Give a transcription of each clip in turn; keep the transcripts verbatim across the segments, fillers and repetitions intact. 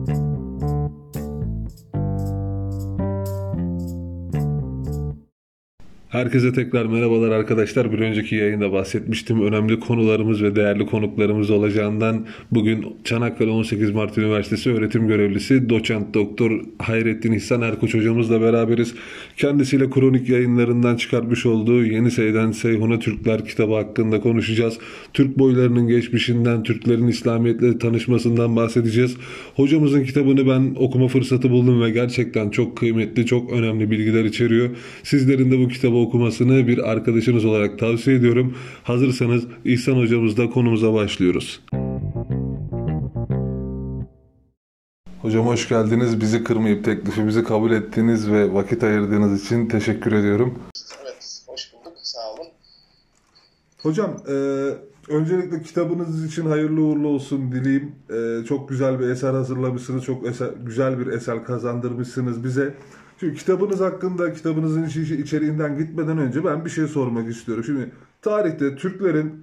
Herkese tekrar merhabalar arkadaşlar. Bir önceki yayında bahsetmiştim. Önemli konularımız ve değerli konuklarımız olacağından bugün Çanakkale on sekiz Mart Üniversitesi öğretim görevlisi Doçent Doktor Hayrettin İhsan Erkoç hocamızla beraberiz. Kendisiyle kronik yayınlarından çıkartmış olduğu Yeni Seyden Seyhun'a Türkler kitabı hakkında konuşacağız. Türk boylarının geçmişinden, Türklerin İslamiyetle tanışmasından bahsedeceğiz. Hocamızın kitabını ben okuma fırsatı buldum ve gerçekten çok kıymetli, çok önemli bilgiler içeriyor. Sizlerin de bu kitabı okumasını bir arkadaşınız olarak tavsiye ediyorum. Hazırsanız İhsan hocamızla konumuza başlıyoruz. Hocam hoş geldiniz. Bizi kırmayıp teklifimizi kabul ettiğiniz ve vakit ayırdığınız için teşekkür ediyorum. Evet, hoş bulduk. Sağ olun. Hocam, e, öncelikle kitabınız için hayırlı uğurlu olsun dileyim. E, çok güzel bir eser hazırlamışsınız. Çok eser, güzel bir eser kazandırmışsınız bize. Şimdi kitabınız hakkında, kitabınızın içeriğinden gitmeden önce ben bir şey sormak istiyorum. Şimdi tarihte Türklerin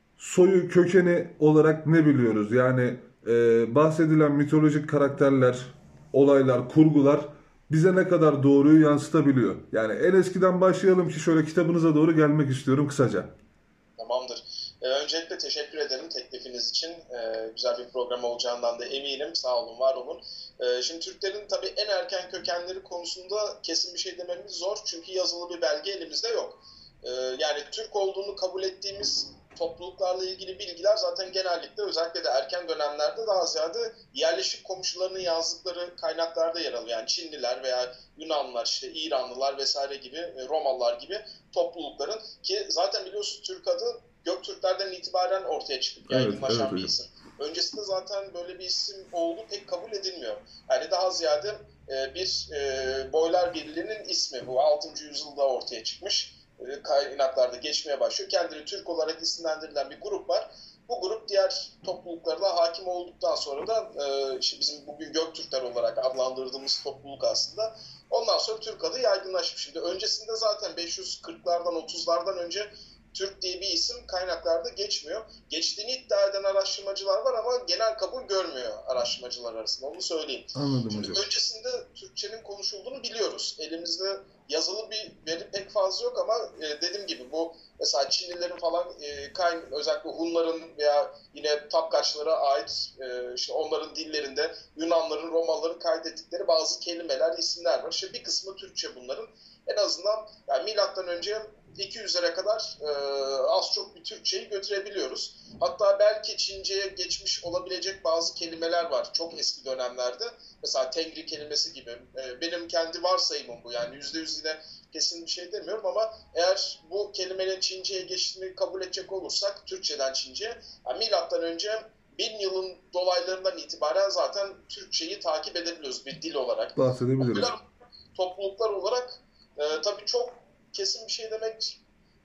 soyu, kökeni olarak ne biliyoruz? Yani e, bahsedilen mitolojik karakterler, olaylar, kurgular bize ne kadar doğruyu yansıtabiliyor? Yani en eskiden başlayalım ki şöyle kitabınıza doğru gelmek istiyorum kısaca. Tamamdır. Ee, öncelikle teşekkür ederim teklifiniz için. Ee, güzel bir program olacağından da eminim. Sağ olun, var olun. Ee, şimdi Türklerin tabii en erken kökenleri konusunda kesin bir şey dememiz zor. Çünkü yazılı bir belge elimizde yok. Ee, yani Türk olduğunu kabul ettiğimiz topluluklarla ilgili bilgiler zaten genellikle özellikle de erken dönemlerde daha ziyade yerleşik komşularının yazdıkları kaynaklarda yer alıyor. Yani Çinliler veya Yunanlılar, işte İranlılar vesaire gibi, Romalılar gibi toplulukların, ki zaten biliyorsunuz Türk adı Göktürklerden itibaren ortaya çıkıp yaygınlaşan evet, evet, bir isim. Öncesinde zaten böyle bir isim olduğu pek kabul edilmiyor. Yani daha ziyade bir boylar birliğinin ismi, bu altıncı yüzyılda ortaya çıkmış. Kaynaklarda geçmeye başlıyor. Kendini Türk olarak isimlendirilen bir grup var. Bu grup diğer topluluklara hakim olduktan sonra da işte bizim bugün Göktürkler olarak adlandırdığımız topluluk aslında. Ondan sonra Türk adı yaygınlaşmış. Şimdi öncesinde zaten beş yüz kırklardan otuzlardan önce Türk diye bir isim kaynaklarda geçmiyor. Geçtiğini iddia eden araştırmacılar var ama genel kabul görmüyor araştırmacılar arasında. Onu söyleyeyim. Anladım Şimdi hocam. öncesinde Türkçenin konuşulduğunu biliyoruz. Elimizde yazılı bir veri pek fazla yok ama e, dediğim gibi bu mesela Çinlilerin falan e, kayn özellikle Hunların veya yine Tapkaçlara ait e, işte onların dillerinde Yunanların, Romalıların kaydettikleri bazı kelimeler, isimler var. İşte bir kısmı Türkçe bunların. En azından yani milattan önce iki yüzlere kadar e, az çok bir Türkçeyi götürebiliyoruz. Hatta belki Çince'ye geçmiş olabilecek bazı kelimeler var çok eski dönemlerde. Mesela Tengri kelimesi gibi. E, benim kendi varsayımım bu. Yani yüzde yüz yine kesin bir şey demiyorum ama eğer bu kelimenin Çince'ye geçtiğini kabul edecek olursak Türkçeden Çince'ye, yani milattan önce bin yılın dolaylarından itibaren zaten Türkçeyi takip edebiliyoruz bir dil olarak. Bahsedebiliriz. Popüler topluluklar olarak e, tabii çok kesin bir şey demek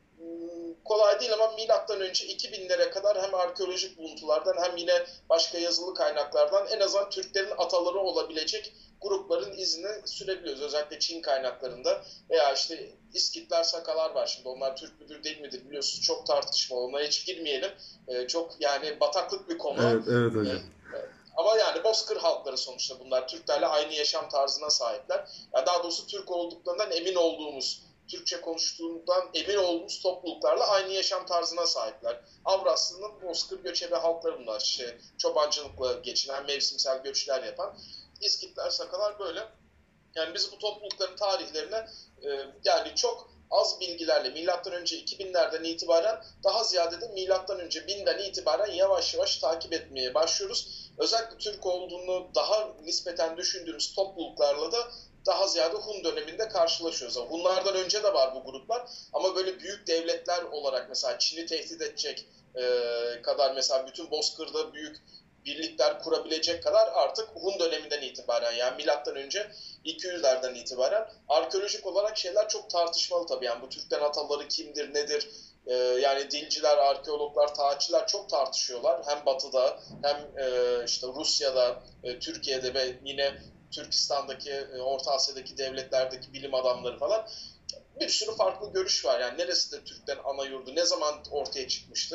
kolay değil ama milattan önce iki binlere kadar hem arkeolojik buluntulardan hem yine başka yazılı kaynaklardan en azından Türklerin ataları olabilecek grupların izini sürebiliyoruz. Özellikle Çin kaynaklarında veya işte İskitler, Sakalar var. Şimdi onlar Türk müdür değil midir biliyorsunuz, çok tartışma. Onlara hiç girmeyelim. Ee, çok yani bataklık bir konu. Evet, evet hocam. Ee, Ama yani Bozkır halkları sonuçta bunlar. Türklerle aynı yaşam tarzına sahipler. Yani daha doğrusu Türk olduklarından emin olduğumuz, Türkçe konuştuğundan emin olduğumuz topluluklarla aynı yaşam tarzına sahipler. Avraslı'nın Bozkır göçebe halkları bunlar. İşte çobancılıkla geçinen, mevsimsel göçler yapan İskitler, Sakalar böyle. Yani biz bu toplulukların tarihlerine e, yani çok az bilgilerle milattan önce iki binlerden itibaren daha ziyade de milattan önce binden itibaren yavaş yavaş takip etmeye başlıyoruz. Özellikle Türk olduğunu daha nispeten düşündüğümüz topluluklarla da daha ziyade Hun döneminde karşılaşıyoruz. Hunlardan önce de var bu gruplar ama böyle büyük devletler olarak mesela Çin'i tehdit edecek e, kadar, mesela bütün Bozkır'da büyük birlikler kurabilecek kadar artık Hun döneminden itibaren, yani milattan önce iki yüzlerden itibaren arkeolojik olarak şeyler çok tartışmalı tabii. Yani bu Türkler ataları kimdir, nedir? Ee, yani dilciler, arkeologlar, tarihçiler çok tartışıyorlar. Hem Batı'da hem e, işte Rusya'da, e, Türkiye'de ve yine Türkistan'daki, e, Orta Asya'daki devletlerdeki bilim adamları falan. Bir sürü farklı görüş var. Yani neresi de Türklerin ana yurdu, ne zaman ortaya çıkmıştır?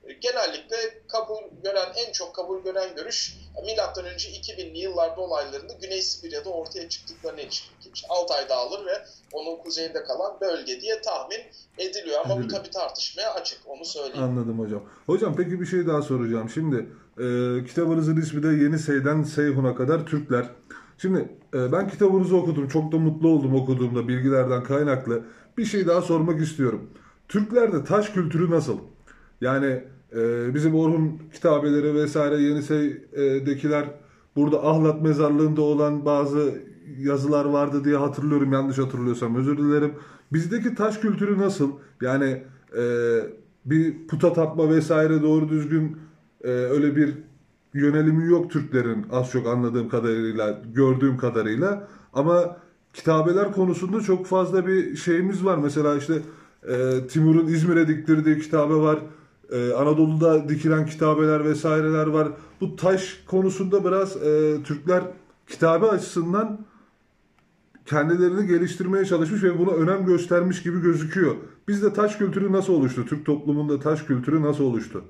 genellikle kabul gören, en çok kabul gören görüş milattan önce iki binli yıllarda olaylarında Güney Sibirya'da ortaya çıktıklarına ilişkin. Altay Dağları ve onun kuzeyinde kalan bölge diye tahmin ediliyor. Ama Ediliyor. Bu tabii tartışmaya açık, onu söyleyeyim. Anladım hocam. Hocam peki bir şey daha soracağım. Şimdi e, kitabınızın ismi de Yenisey'den Seyhun'a kadar Türkler. Şimdi e, ben kitabınızı okudum. Çok da mutlu oldum okuduğumda, bilgilerden kaynaklı. Bir şey daha sormak istiyorum. Türklerde taş kültürü nasıl? Yani e, bizim Orhun kitabeleri vesaire Yenisey'dekiler, burada Ahlat mezarlığında olan bazı yazılar vardı diye hatırlıyorum. Yanlış hatırlıyorsam özür dilerim. Bizdeki taş kültürü nasıl? Yani e, bir puta tapma vesaire doğru düzgün e, öyle bir yönelimi yok Türklerin, az çok anladığım kadarıyla, gördüğüm kadarıyla. Ama kitabeler konusunda çok fazla bir şeyimiz var. Mesela işte e, Timur'un İzmir'e diktirdiği kitabe var. E, Anadolu'da dikilen kitabeler vesaireler var. Bu taş konusunda biraz e, Türkler kitabe açısından kendilerini geliştirmeye çalışmış ve buna önem göstermiş gibi gözüküyor. Bizde taş kültürü nasıl oluştu? Türk toplumunda taş kültürü nasıl oluştu?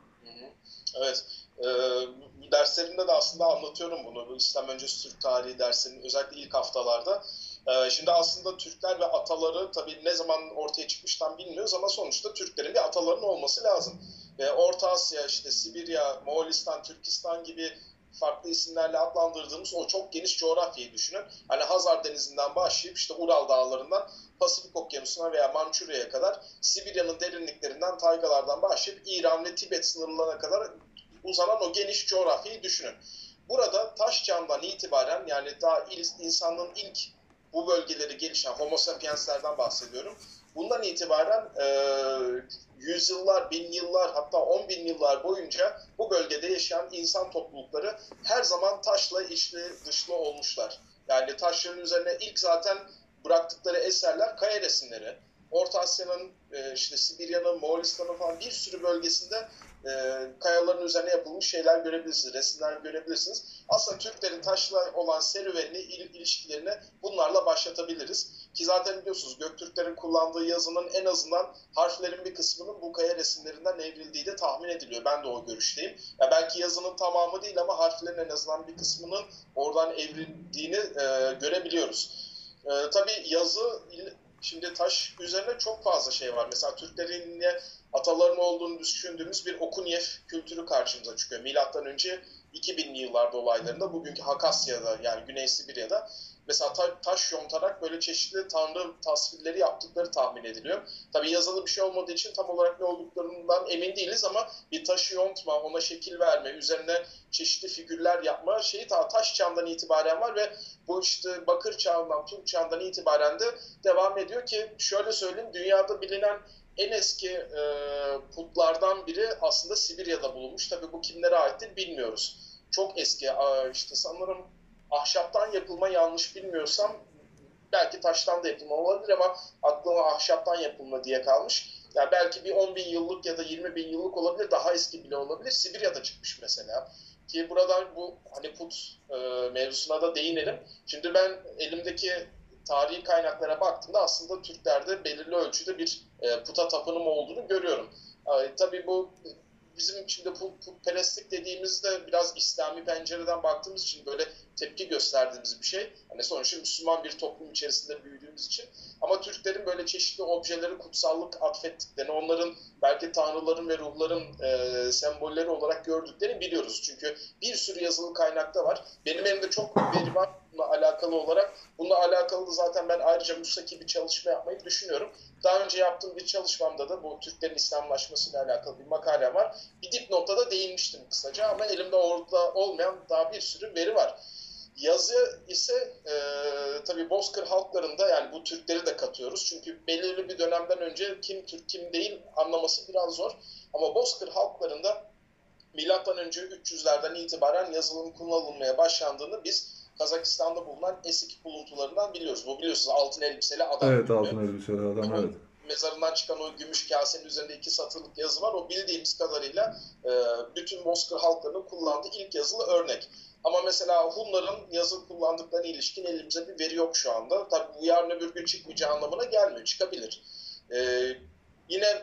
Evet. Ee, derslerimde de aslında anlatıyorum bunu. Bu İslam öncesi Türk tarihi derslerinin özellikle ilk haftalarda. Ee, şimdi aslında Türkler ve ataları tabii ne zaman ortaya çıkmış tam bilmiyoruz ama sonuçta Türklerin bir atalarının olması lazım. Ve Orta Asya, işte Sibirya, Moğolistan, Türkistan gibi farklı isimlerle adlandırdığımız o çok geniş coğrafyayı düşünün. Hani Hazar Denizi'nden başlayıp işte Ural Dağları'ndan Pasifik Okyanusu'na veya Mançurya'ya kadar, Sibirya'nın derinliklerinden, taygalardan başlayıp İran ve Tibet sınırlarına kadar uzanan o geniş coğrafyayı düşünün. Burada taş çağından itibaren, yani daha il, insanlığın ilk bu bölgeleri gelişen Homo sapienslerden bahsediyorum. Bundan itibaren e, yüzyıllar, bin yıllar, hatta on bin yıllar boyunca bu bölgede yaşayan insan toplulukları her zaman taşla içli dışlı olmuşlar. Yani taşların üzerine ilk zaten bıraktıkları eserler kaya resimleri. Orta Asya'nın, e, işte Sibirya'nın, Moğolistan'ın falan bir sürü bölgesinde e, kayaların üzerine yapılmış şeyler görebilirsiniz, resimler görebilirsiniz. Aslında Türklerin taşla olan serüvenini, il, ilişkilerini bunlarla başlatabiliriz. Ki zaten biliyorsunuz Göktürklerin kullandığı yazının en azından harflerin bir kısmının bu kaya resimlerinden evrildiği de tahmin ediliyor. Ben de o görüşteyim. Ya belki yazının tamamı değil ama harflerin en azından bir kısmının oradan evrildiğini e, görebiliyoruz. E, tabii yazı, şimdi taş üzerine çok fazla şey var. Mesela Türklerin yine atalarının olduğunu düşündüğümüz bir Okunyev kültürü karşımıza çıkıyor. Milattan önce iki binli yıllarda olaylarında, bugünkü Hakasya'da, yani Güney Sibirya'da mesela ta- taş yontarak böyle çeşitli tanrı tasvirleri yaptıkları tahmin ediliyor. Tabii yazılı bir şey olmadığı için tam olarak ne olduklarından emin değiliz ama bir taşı yontma, ona şekil verme, üzerine çeşitli figürler yapma şeyi ta taş çağından itibaren var ve bu işte Bakır çağından, Tunç çağından itibaren de devam ediyor ki şöyle söyleyeyim, dünyada bilinen en eski e, putlardan biri aslında Sibirya'da bulunmuş. Tabii bu kimlere aittir bilmiyoruz. Çok eski, işte sanırım ahşaptan yapılma, yanlış bilmiyorsam belki taştan da yapılma olabilir ama aklıma ahşaptan yapılma diye kalmış. Yani belki bir on bin yıllık ya da yirmi bin yıllık olabilir, daha eski bile olabilir. Sibirya'da çıkmış mesela. Ki buradan bu hani put e, mevzusuna da değinelim. Şimdi ben elimdeki tarihi kaynaklara baktığımda aslında Türklerde belirli ölçüde bir e, puta tapınımı olduğunu görüyorum. E, tabii bu bizim şimdi put, putperestlik dediğimizde biraz İslami pencereden baktığımız için böyle tepki gösterdiğimiz bir şey. Hani sonuçta Müslüman bir toplum içerisinde büyüdüğümüz için. Ama Türklerin böyle çeşitli objeleri kutsallık atfettiklerini, onların belki tanrıların ve ruhların e, sembolleri olarak gördüklerini biliyoruz. Çünkü bir sürü yazılı kaynakta var. Benim elimde çok veri var bununla alakalı olarak. Bununla alakalı da zaten ben ayrıca müstakil bir çalışma yapmayı düşünüyorum. Daha önce yaptığım bir çalışmamda da bu Türklerin İslamlaşmasıyla alakalı bir makale var. Bir dipnotta da değinmiştim kısaca ama elimde orada olmayan daha bir sürü veri var. Yazı ise e, tabii Bozkır halklarında, yani bu Türkleri de katıyoruz. Çünkü belirli bir dönemden önce kim Türk kim değil anlaması biraz zor. Ama Bozkır halklarında milattan önce üç yüzlerden itibaren yazılım kullanılmaya başlandığını biz Kazakistan'da bulunan Esik buluntularından biliyoruz. Bu biliyorsunuz altın elbiseli adam. Evet, altın elbiseli adam, evet. Mezarından çıkan o gümüş kasenin üzerinde iki satırlık yazı var. O bildiğimiz kadarıyla e, bütün Bozkır halklarının kullandığı ilk yazılı örnek. Ama mesela Hunların yazı kullandıklarına ilişkin elimize bir veri yok şu anda. Tabii bu yarın öbür gün çıkmayacağı anlamına gelmiyor. Çıkabilir. Ee, yine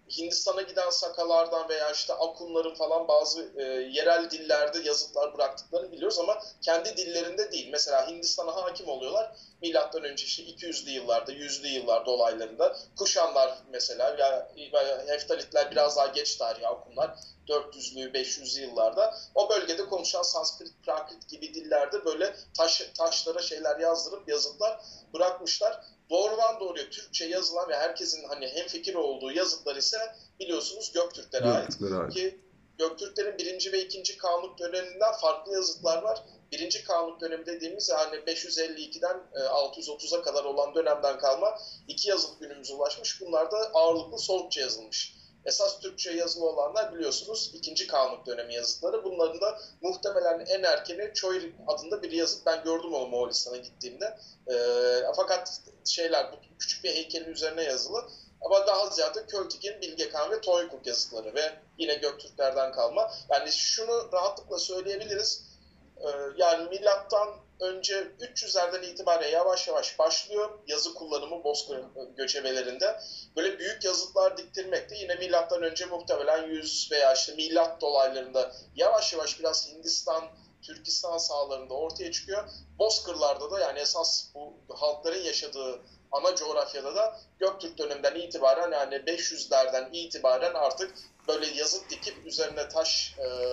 Hindistan'a giden Sakalardan veya işte Akunların falan bazı e, yerel dillerde yazıtlar bıraktıklarını biliyoruz ama kendi dillerinde değil. Mesela Hindistan'a hakim oluyorlar. Milattan önce işte iki yüzlü yıllarda, yüzlü yıllarda olaylarında. Kuşanlar mesela ya Heftalitler biraz daha geç tarihi, Akunlar dört yüzlü, beş yüzlü yıllarda o bölgede konuşan Sanskrit, Prakrit gibi dillerde böyle taş, taşlara şeyler yazdırıp yazıtlar bırakmışlar. Doğrudan doğruya Türkçe yazılan ve herkesin hani hemfikir olduğu yazıtlar ise biliyorsunuz Göktürklere ait. ait. Ki Göktürklerin birinci ve ikinci Kanlık döneminden farklı yazıtlar var. Birinci Kanlık dönemi dediğimiz yani beş yüz elli ikiden altı yüz otuza kadar olan dönemden kalma iki yazıt günümüze ulaşmış. Bunlar da ağırlıklı Soğukça yazılmış. Esas Türkçe yazılı olanlar biliyorsunuz ikinci Kanlık dönemi yazıtları. Bunların da muhtemelen en erkeni Çoy adında bir yazıt. Ben gördüm onu Moğolistan'a gittiğimde. E, fakat şeyler bu küçük bir heykelin üzerine yazılı. Ama daha ziyade Költik'in, Bilge Kağan ve Toykuk yazıtları ve yine Göktürklerden kalma. Yani şunu rahatlıkla söyleyebiliriz. E, yani milattan önce üç yüzlerden itibaren yavaş yavaş başlıyor yazı kullanımı Bozkır göçebelerinde. Böyle büyük yazıtlar diktirmek de yine milattan önce muhtemelen yüz veya işte milat dolaylarında yavaş yavaş biraz Hindistan, Türkistan sahalarında ortaya çıkıyor. Bozkırlarda da yani esas bu halkların yaşadığı ana coğrafyada da Göktürk döneminden itibaren yani beş yüzlerden itibaren artık böyle yazıt dikip üzerine taş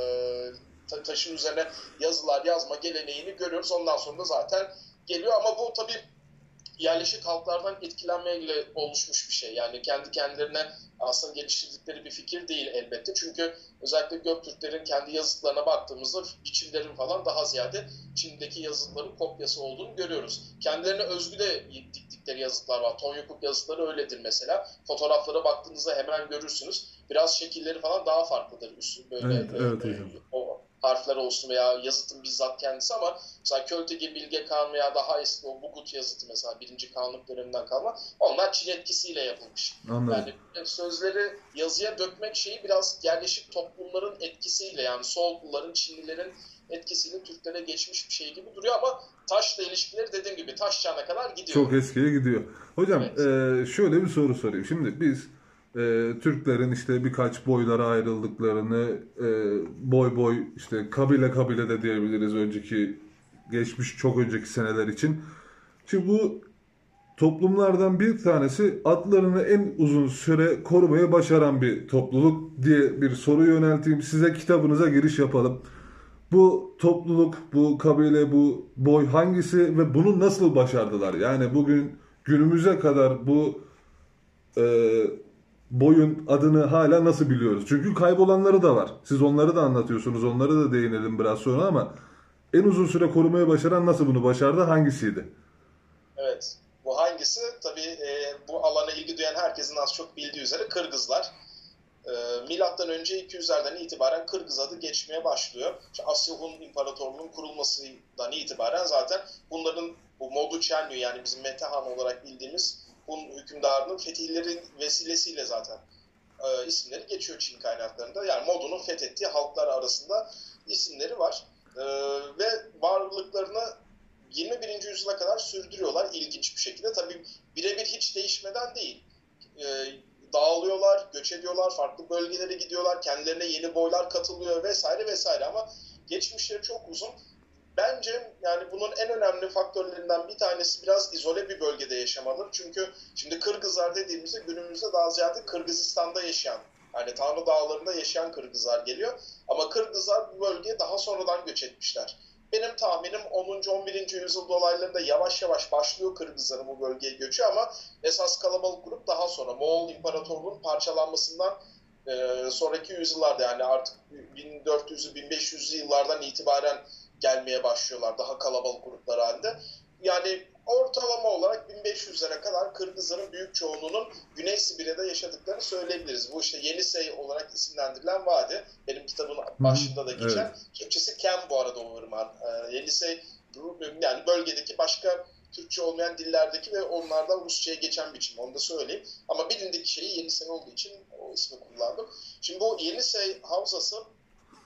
e, taşın üzerine yazılar yazma geleneğini görüyoruz. Ondan sonra da zaten geliyor ama bu tabii yerleşik halklardan etkilenmeyle oluşmuş bir şey. Yani kendi kendilerine aslında geliştirdikleri bir fikir değil elbette. Çünkü özellikle Göktürklerin kendi yazıtlarına baktığımızda biçimlerin falan daha ziyade Çin'deki yazıtların kopyası olduğunu görüyoruz. Kendilerine özgü de diktikleri yazıtlar var. Tonyukuk yazıtları öyledir mesela. Fotoğraflara baktığınızda hemen görürsünüz. Biraz şekilleri falan daha farklıdır. Üstü böyle evet, evet, e, hocam. o harfler olsun veya yazıtın bizzat kendisi ama mesela Költege, Bilge Kağan veya daha eski o Bugut yazıtı mesela birinci Kanlık döneminden kalma. Onlar Çin etkisiyle yapılmış. Anladım. Yani sözleri yazıya dökmek şeyi biraz yerleşik toplumların etkisiyle yani Soğukluların, Çinlilerin etkisiyle Türklere geçmiş bir şey gibi duruyor ama taşla ilişkileri dediğim gibi taş çağına kadar gidiyor. Çok eskiye gidiyor. Hocam Evet. e, şöyle bir soru sorayım. Şimdi biz e, Türklerin işte birkaç boylara ayrıldıklarını e, boy boy işte kabile kabile de diyebiliriz önceki geçmiş çok önceki seneler için. Şimdi bu toplumlardan bir tanesi atlarını en uzun süre korumayı başaran bir topluluk diye bir soru yönelteyim. Size kitabınıza giriş yapalım. Bu topluluk, bu kabile, bu boy hangisi ve bunu nasıl başardılar? Yani bugün günümüze kadar bu e, boyun adını hala nasıl biliyoruz? Çünkü kaybolanları da var. Siz onları da anlatıyorsunuz, onları da değinelim biraz sonra ama en uzun süre korumayı başaran nasıl bunu başardı, hangisiydi? Evet. Bu hangisi? Tabii e, bu alana ilgi duyan herkesin az çok bildiği üzere Kırgızlar. E, Milattan önce iki yüzlerden itibaren Kırgız adı geçmeye başlıyor. İşte Asya Hun İmparatorluğu'nun kurulmasından itibaren zaten bunların bu Modu Chenyu yani bizim Metehan olarak bildiğimiz Hun hükümdarının fetihlerin vesilesiyle zaten e, isimleri geçiyor Çin kaynaklarında. Yani Modu'nun fethettiği halklar arasında isimleri var. E, ve varlıklarını yirmi birinci yüzyıla kadar sürdürüyorlar ilginç bir şekilde. Tabii birebir hiç değişmeden değil. E, dağılıyorlar, göç ediyorlar, farklı bölgelere gidiyorlar, kendilerine yeni boylar katılıyor vesaire vesaire ama geçmişleri çok uzun. Bence yani bunun en önemli faktörlerinden bir tanesi biraz izole bir bölgede yaşamaları. Çünkü şimdi Kırgızlar dediğimizde günümüzde daha ziyade Kırgızistan'da yaşayan, yani Tanrı Dağları'nda yaşayan Kırgızlar geliyor. Ama Kırgızlar bu bölgeye daha sonradan göç etmişler. Benim tahminim onuncu on birinci yüzyıl dolaylarında yavaş yavaş başlıyor Kırgızların bu bölgeye göçü ama esas kalabalık grup daha sonra Moğol İmparatorluğu'nun parçalanmasından e, sonraki yüzyıllarda yani artık bin dört yüzlü bin beş yüzlü yıllardan itibaren gelmeye başlıyorlar daha kalabalık gruplar halinde. Yani ortalama olarak bin beş yüzlere kadar Kırgızların büyük çoğunluğunun Güney Sibirya'da yaşadıklarını söyleyebiliriz. Bu işte Yenisey olarak isimlendirilen vadi. Benim kitabın başında da geçen. Evet. Türkçesi Kem bu arada o ırmağın. Ee, Yenisey yani bölgedeki başka Türkçe olmayan dillerdeki ve onlardan Rusça'ya geçen biçim. Onu da söyleyeyim. Ama bilindik şeyi Yenisey olduğu için o ismi kullandım. Şimdi bu Yenisey havzası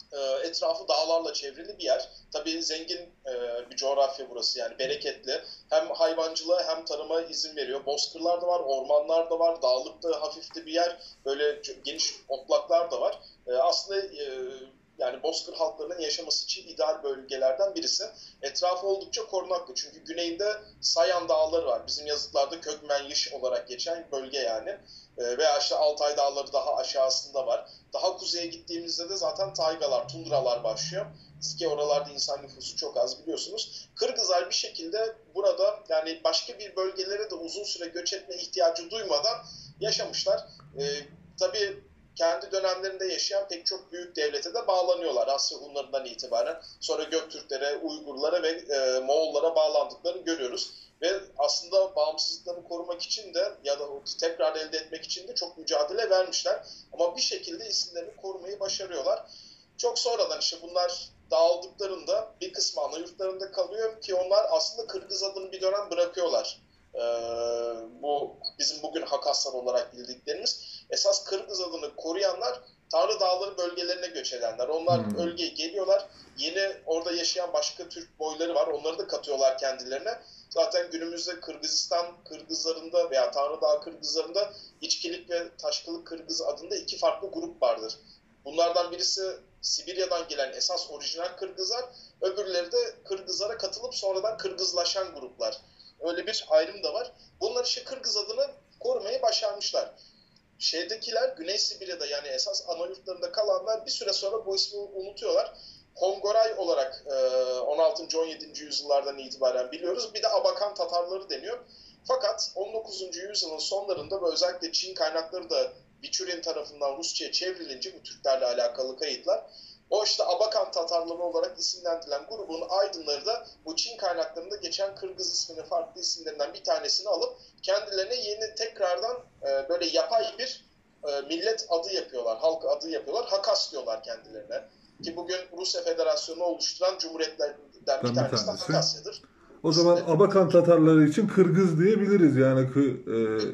e, etrafı dağlarla çevrili bir yer. Tabii zengin e, bir coğrafya burası, yani bereketli. Hem hayvancılığa hem tarıma izin veriyor. Bozkırlar da var, ormanlar da var, dağlık da hafif de bir yer. Böyle geniş otlaklar da var. E, aslında e, yani bozkır halklarının yaşaması için ideal bölgelerden birisi. Etrafı oldukça korunaklı. Çünkü güneyinde Sayan Dağları var. Bizim yazıtlarda Kökmenyiş olarak geçen bölge yani. E, veya işte Altay Dağları daha aşağısında var. Daha kuzeye gittiğimizde de zaten taygalar, tundralar başlıyor. Ki oralarda insan nüfusu çok az, biliyorsunuz. Kırgızlar bir şekilde burada, yani başka bir bölgelere de uzun süre göç etme ihtiyacı duymadan yaşamışlar. E, tabii kendi dönemlerinde yaşayan pek çok büyük devlete de bağlanıyorlar Asya Hunlarından itibaren. Sonra Göktürklere, Uygurlara ve e, Moğollara bağlandıklarını görüyoruz. Ve aslında bağımsızlıklarını korumak için de ya da tekrar elde etmek için de çok mücadele vermişler. Ama bir şekilde isimlerini korumayı başarıyorlar. Çok sonradan işte bunlar dağıldıklarında bir kısmı ana yurtlarında kalıyor ki onlar aslında Kırgız adını bir dönem bırakıyorlar. Ee, bu bizim bugün Hakaslar olarak bildiklerimiz. Esas Kırgız adını koruyanlar Tanrı Dağları bölgelerine göç edenler. Onlar hmm. bölgeye geliyorlar. Yeni orada yaşayan başka Türk boyları var. Onları da katıyorlar kendilerine. Zaten günümüzde Kırgızistan Kırgızlarında veya Tanrı Dağı Kırgızlarında İçkilik ve Taşkılık Kırgız adında iki farklı grup vardır. Bunlardan birisi Sibirya'dan gelen esas orijinal Kırgızlar, öbürleri de Kırgızlara katılıp sonradan Kırgızlaşan gruplar. Öyle bir ayrım da var. Bunlar işte Kırgız adını korumayı başarmışlar. Şeydekiler, Güney Sibirya'da yani esas ana yurtlarında kalanlar bir süre sonra bu ismi unutuyorlar. Hongoray olarak on altıncı on yedinci yüzyıllardan itibaren biliyoruz. Bir de Abakan Tatarları deniyor. Fakat on dokuzuncu yüzyılın sonlarında ve özellikle Çin kaynakları da Biçurin tarafından Rusça'ya çevrilince bu Türklerle alakalı kayıtlar, o işte Abakan Tatarları olarak isimlendirilen grubun aydınları da bu Çin kaynaklarında geçen Kırgız isminin farklı isimlerinden bir tanesini alıp kendilerine yeni tekrardan e, böyle yapay bir e, millet adı yapıyorlar, halk adı yapıyorlar. Hakas diyorlar kendilerine. Ki bugün Rusya Federasyonu'nu oluşturan cumhuriyetlerden bir tanesi de Hakasya'dır. O zaman Abakan Tatarları için Kırgız diyebiliriz yani. E...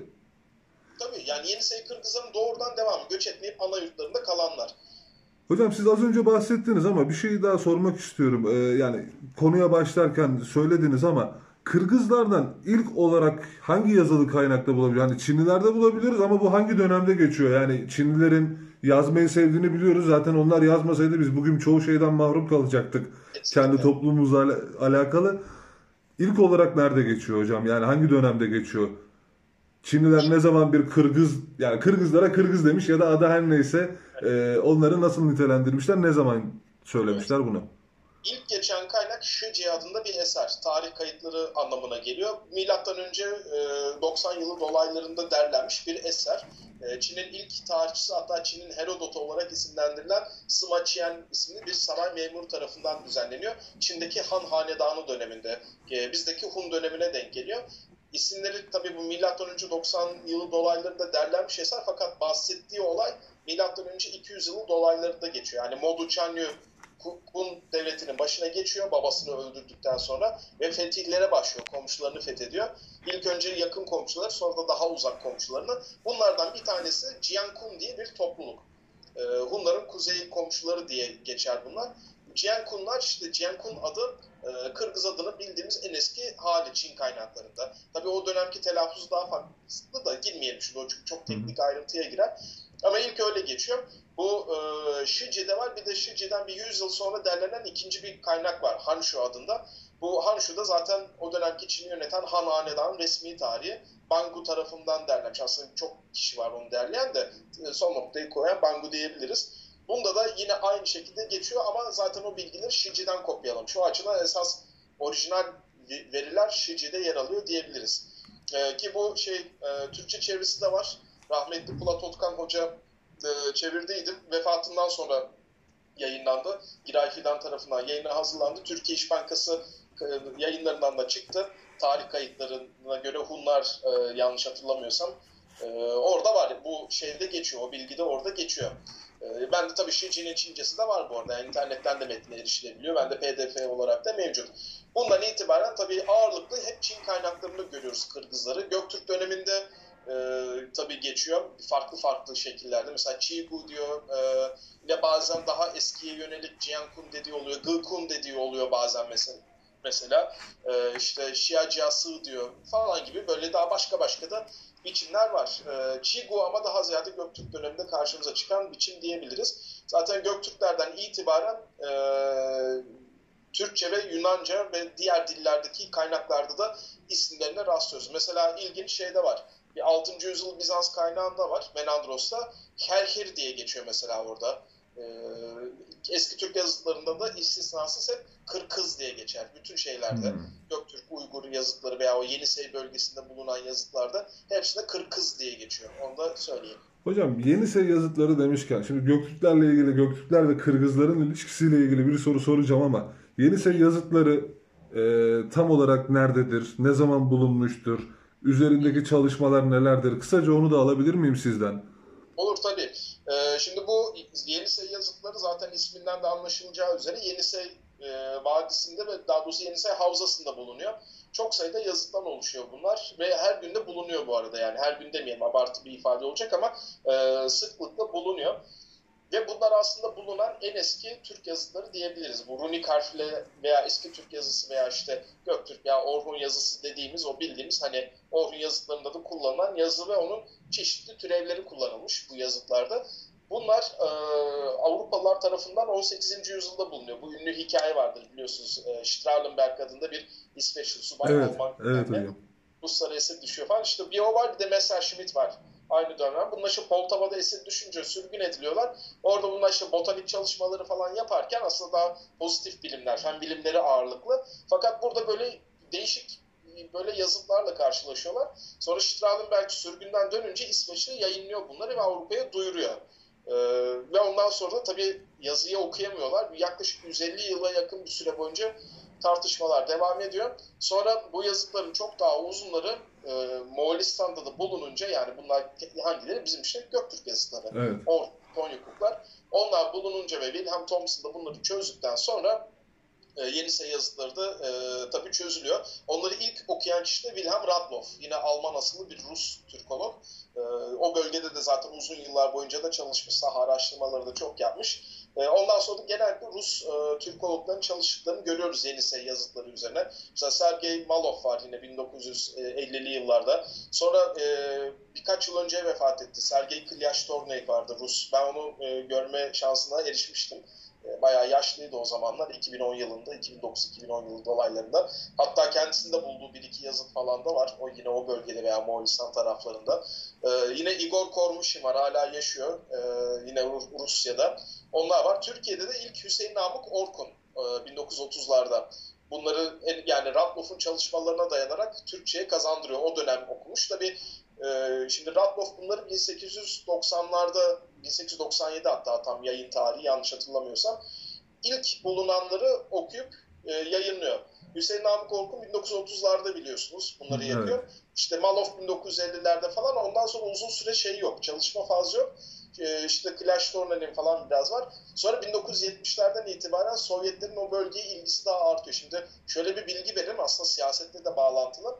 Tabii yani Yenisey Kırgızların doğrudan devamı göç etmeyip ana yurtlarında kalanlar. Hocam siz az önce bahsettiniz ama bir şey daha sormak istiyorum. Ee, yani konuya başlarken söylediniz ama Kırgızlardan ilk olarak hangi yazılı kaynakta bulabiliyoruz? Yani Çinlilerde bulabiliyoruz ama bu hangi dönemde geçiyor? Yani Çinlilerin yazmayı sevdiğini biliyoruz. Zaten onlar yazmasaydı biz bugün çoğu şeyden mahrum kalacaktık. Kesinlikle. Kendi toplumumuzla al- alakalı. İlk olarak nerede geçiyor hocam? Yani hangi dönemde geçiyor? Çinliler ne zaman bir Kırgız, yani Kırgızlara Kırgız demiş ya da adı her neyse e, onları nasıl nitelendirmişler, ne zaman söylemişler bunu? İlk geçen kaynak Şıci adında bir eser. Tarih kayıtları anlamına geliyor. Milattan önce e, doksan yılı dolaylarında derlenmiş bir eser. E, Çin'in ilk tarihçisi, hatta Çin'in Herodot olarak isimlendirilen Sima Qian isimli bir saray memuru tarafından düzenleniyor. Çin'deki Han Hanedanı döneminde, e, bizdeki Hun dönemine denk geliyor. İsimleri tabii bu milattan önce doksan yılı dolaylarında derlenmiş eser, fakat bahsettiği olay milattan önce iki yüz yılı dolaylarında geçiyor. Yani Modu Chanyu Kun devletinin başına geçiyor babasını öldürdükten sonra ve fetihlere başlıyor. Komşularını fethediyor. İlk önce yakın komşuları, sonra da daha uzak komşularını. Bunlardan bir tanesi Jiankun diye bir topluluk. Ee, Hunların kuzey komşuları diye geçer bunlar. Jiankunlar, işte Jiankun adı e, Kırgız adını bildiğimiz en eski hali Çin kaynaklarında. Tabii o dönemki telaffuzu daha farklı da girmeyelim şimdi, o çünkü çok teknik ayrıntıya girer. Ama ilk öyle geçiyor. Bu e, Şici'de var, bir de Şici'den bir yüz yıl sonra derlenen ikinci bir kaynak var Hanshu adında. Bu Hanshu'da zaten o dönemki Çin'i yöneten Han Hanedanı'nın resmi tarihi Bangu tarafından derlenmiş. Aslında çok kişi var onu derleyen de son noktayı koyan Bangu diyebiliriz. Bunda da yine aynı şekilde geçiyor ama zaten o bilgileri Şici'den kopyalım. Şu açıdan esas orijinal veriler Şici'de yer alıyor diyebiliriz. Ee, ki bu şey e, Türkçe çevirisi de var. Rahmetli Polat Otkan Hoca e, çevirdiydi. Vefatından sonra yayınlandı. Giray Fidan tarafından yayına hazırlandı. Türkiye İş Bankası e, yayınlarından da çıktı. Tarih kayıtlarına göre Hunlar, e, yanlış hatırlamıyorsam, e, orada var. Bu şeyde geçiyor. O bilgi de orada geçiyor. E, ben de tabii Şici'nin Çincesi de var bu arada. Yani internetten de metne erişilebiliyor. Ben de P D F olarak da mevcut. Bundan itibaren tabii ağırlıklı hep Çin kaynaklarını görüyoruz Kırgızları. Göktürk döneminde e, tabii geçiyor. Farklı farklı şekillerde. Mesela Chigu diyor. E, yine bazen daha eskiye yönelik Jiankun dediği oluyor. Gıkun dediği oluyor bazen mesela. Mesela e, işte Xiajiasu diyor falan gibi böyle daha başka başka da biçimler var. E, Chigu ama daha ziyade Göktürk döneminde karşımıza çıkan biçim diyebiliriz. Zaten Göktürklerden itibaren e, Türkçe ve Yunanca ve diğer dillerdeki kaynaklarda da isimlerine rastlıyoruz. Mesela ilginç şey de var. Bir altıncı yüzyıl Bizans kaynağında var. Menandros'ta Herhir diye geçiyor mesela orada. Ee, eski Türk yazıtlarında da istisnasız hep Kırkız diye geçer. Bütün şeylerde Hmm. Göktürk, Uygur yazıtları veya o Yenisey bölgesinde bulunan yazıtlarda hepsinde Kırkız diye geçiyor. Onu da söyleyeyim. Hocam Yenisey yazıtları demişken şimdi Göktürklerle ilgili Göktürkler ve Kırgızların ilişkisiyle ilgili bir soru soracağım ama Yenisey yazıtları e, tam olarak nerededir? Ne zaman bulunmuştur? Üzerindeki çalışmalar nelerdir? Kısaca onu da alabilir miyim sizden? Olur tabii. Ee, şimdi bu Yenisey yazıtları zaten isminden de anlaşılacağı üzere Yenisey e, Vadisi'nde ve daha doğrusu Yenisey Havzası'nda bulunuyor. Çok sayıda yazıttan oluşuyor bunlar ve her günde bulunuyor bu arada, yani her gün demeyelim, abartı bir ifade olacak ama e, sıklıkla bulunuyor. Ve bunlar aslında bulunan en eski Türk yazıtları diyebiliriz. Bu runik harfle veya eski Türk yazısı veya işte Göktürk veya Orhun yazısı dediğimiz o bildiğimiz hani Orhun yazıtlarında da kullanılan yazı ve onun çeşitli türevleri kullanılmış bu yazıtlarda. Bunlar e, Avrupalılar tarafından on sekizinci yüzyılda bulunuyor. Bu ünlü hikaye vardır biliyorsunuz. E, Strahlenberg adında bir İsveçli subay, Evet, Alman evet kökenli. hocam. Ruslara esir düşüyor falan. İşte bir o var, bir de Messerschmitt var. Aynı dönem. Bunlar işte Poltava'da esir düşünce sürgün ediliyorlar. Orada bunlar işte botanik çalışmaları falan yaparken aslında daha pozitif bilimler, fen bilimleri ağırlıklı. Fakat burada böyle değişik böyle yazıtlarla karşılaşıyorlar. Sonra Strahlenberg sürgünden dönünce İsveç'te yayınlıyor bunları ve Avrupa'ya duyuruyor. Ee, ve ondan sonra da tabii yazıyı okuyamıyorlar. Yaklaşık yüz elli yıla yakın bir süre boyunca tartışmalar devam ediyor. Sonra bu yazıtların çok daha uzunları e, Moğolistan'da da bulununca, yani bunlar hangileri? Bizim işte Göktürk yazıtları. Evet. O Konyukuklar. Onlar bulununca ve Wilhelm Thomson da bunları çözdükten sonra e, Yenisey yazıtları da e, tabii çözülüyor. Onları ilk okuyan kişi de Wilhelm Radloff. Yine Alman asıllı bir Rus Türkolog. E, o bölgede de zaten uzun yıllar boyunca da çalışmış. Saha araştırmaları da çok yapmış. E, ondan sonra da genellikle Rus e, Türkologların çalıştıklarını görüyoruz Yenisey yazıtları üzerine. Mesela Sergey Malov var yine bin dokuz yüz ellili yıllarda. Sonra e, birkaç yıl önce vefat etti. Sergey Klyashtornay vardı, Rus. Ben onu e, görme şansına erişmiştim. Bayağı yaşlıydı o zamanlar. iki bin on yılında, iki bin dokuz iki bin on yılı dolaylarında. Hatta kendisinde bulduğu bir iki yazıt falan da var. O yine o bölgede veya Moğolistan taraflarında. Ee, yine Igor Kormushin var, hala yaşıyor. Ee, yine Rusya'da. Onlar var. Türkiye'de de ilk Hüseyin Namık Orkun e, bin dokuz yüz otuzlarda. Bunları yani Radloff'un çalışmalarına dayanarak Türkçe'ye kazandırıyor. O dönem okumuş. Tabii e, şimdi Radloff bunları bin sekiz yüz doksanlarda, bin sekiz yüz doksan yedi hatta tam yayın tarihi yanlış hatırlamıyorsam, ilk bulunanları okuyup e, yayınlıyor. Hüseyin Namık Orkun bin dokuz yüz otuzlarda biliyorsunuz bunları yapıyor. Evet. İşte Malov bin dokuz yüz ellilerde falan, ondan sonra uzun süre şey yok, çalışma fazla yok. E, işte Klyashtornay'ın falan biraz var. Sonra bin dokuz yüz yetmişlerden itibaren Sovyetlerin o bölgeye ilgisi daha artıyor. Şimdi şöyle bir bilgi verelim, aslında siyasetle de bağlantılı.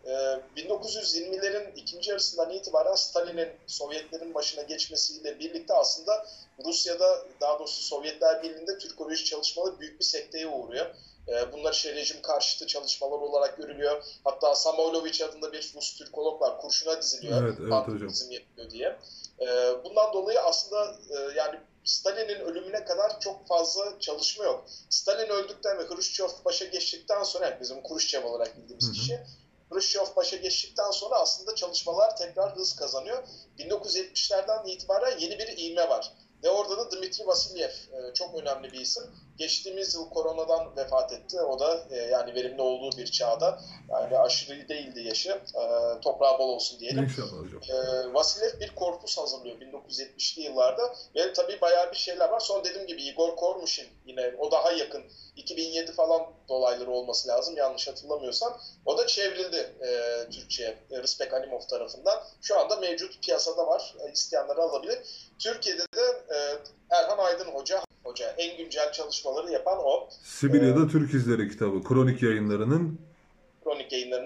bin dokuz yüz yirmilerin ikinci yarısından itibaren Stalin'in Sovyetlerin başına geçmesiyle birlikte aslında Rusya'da, daha doğrusu Sovyetler Birliği'nde Türkoloji çalışmaları büyük bir sekteye uğruyor. Bunlar işte rejim karşıtı çalışmalar olarak görülüyor. Hatta Samoylovich adında bir Rus Türkolog var. Kurşuna diziliyor. Evet, evet hocam. Yapıyor diye. Bundan dolayı aslında yani Stalin'in ölümüne kadar çok fazla çalışma yok. Stalin öldükten ve Hruşçov başa geçtikten sonra, yani bizim Khrushchev olarak bildiğimiz hı hı. kişi, Hruşçov başa geçtikten sonra aslında çalışmalar tekrar hız kazanıyor. bin dokuz yüz yetmişlerden itibaren yeni bir ivme var. Ve orada da Dmitri Vasilyev çok önemli bir isim. Geçtiğimiz yıl koronadan vefat etti. O da yani verimli olduğu bir çağda. Yani aşırı değildi yaşı. Toprağı bol olsun diyelim. İnşallah hocam. Vasilyev bir korpus hazırlıyor bin dokuz yüz yetmişli yıllarda. Ve tabii bayağı bir şeyler var. Sonra dediğim gibi Igor Kormushin, yine o daha yakın. iki bin yedi falan dolayları olması lazım yanlış hatırlamıyorsam. O da çevrildi e, Türkçe'ye e, Rıspek Alimov tarafından. Şu anda mevcut piyasada var. E, isteyenleri alabilir. Türkiye'de de e, Erhan Aydın Hoca, hoca en güncel çalışmaları yapan o. Sibirya'da ee, Türk İzleri kitabı, kronik yayınlarının kronik yayınlarından.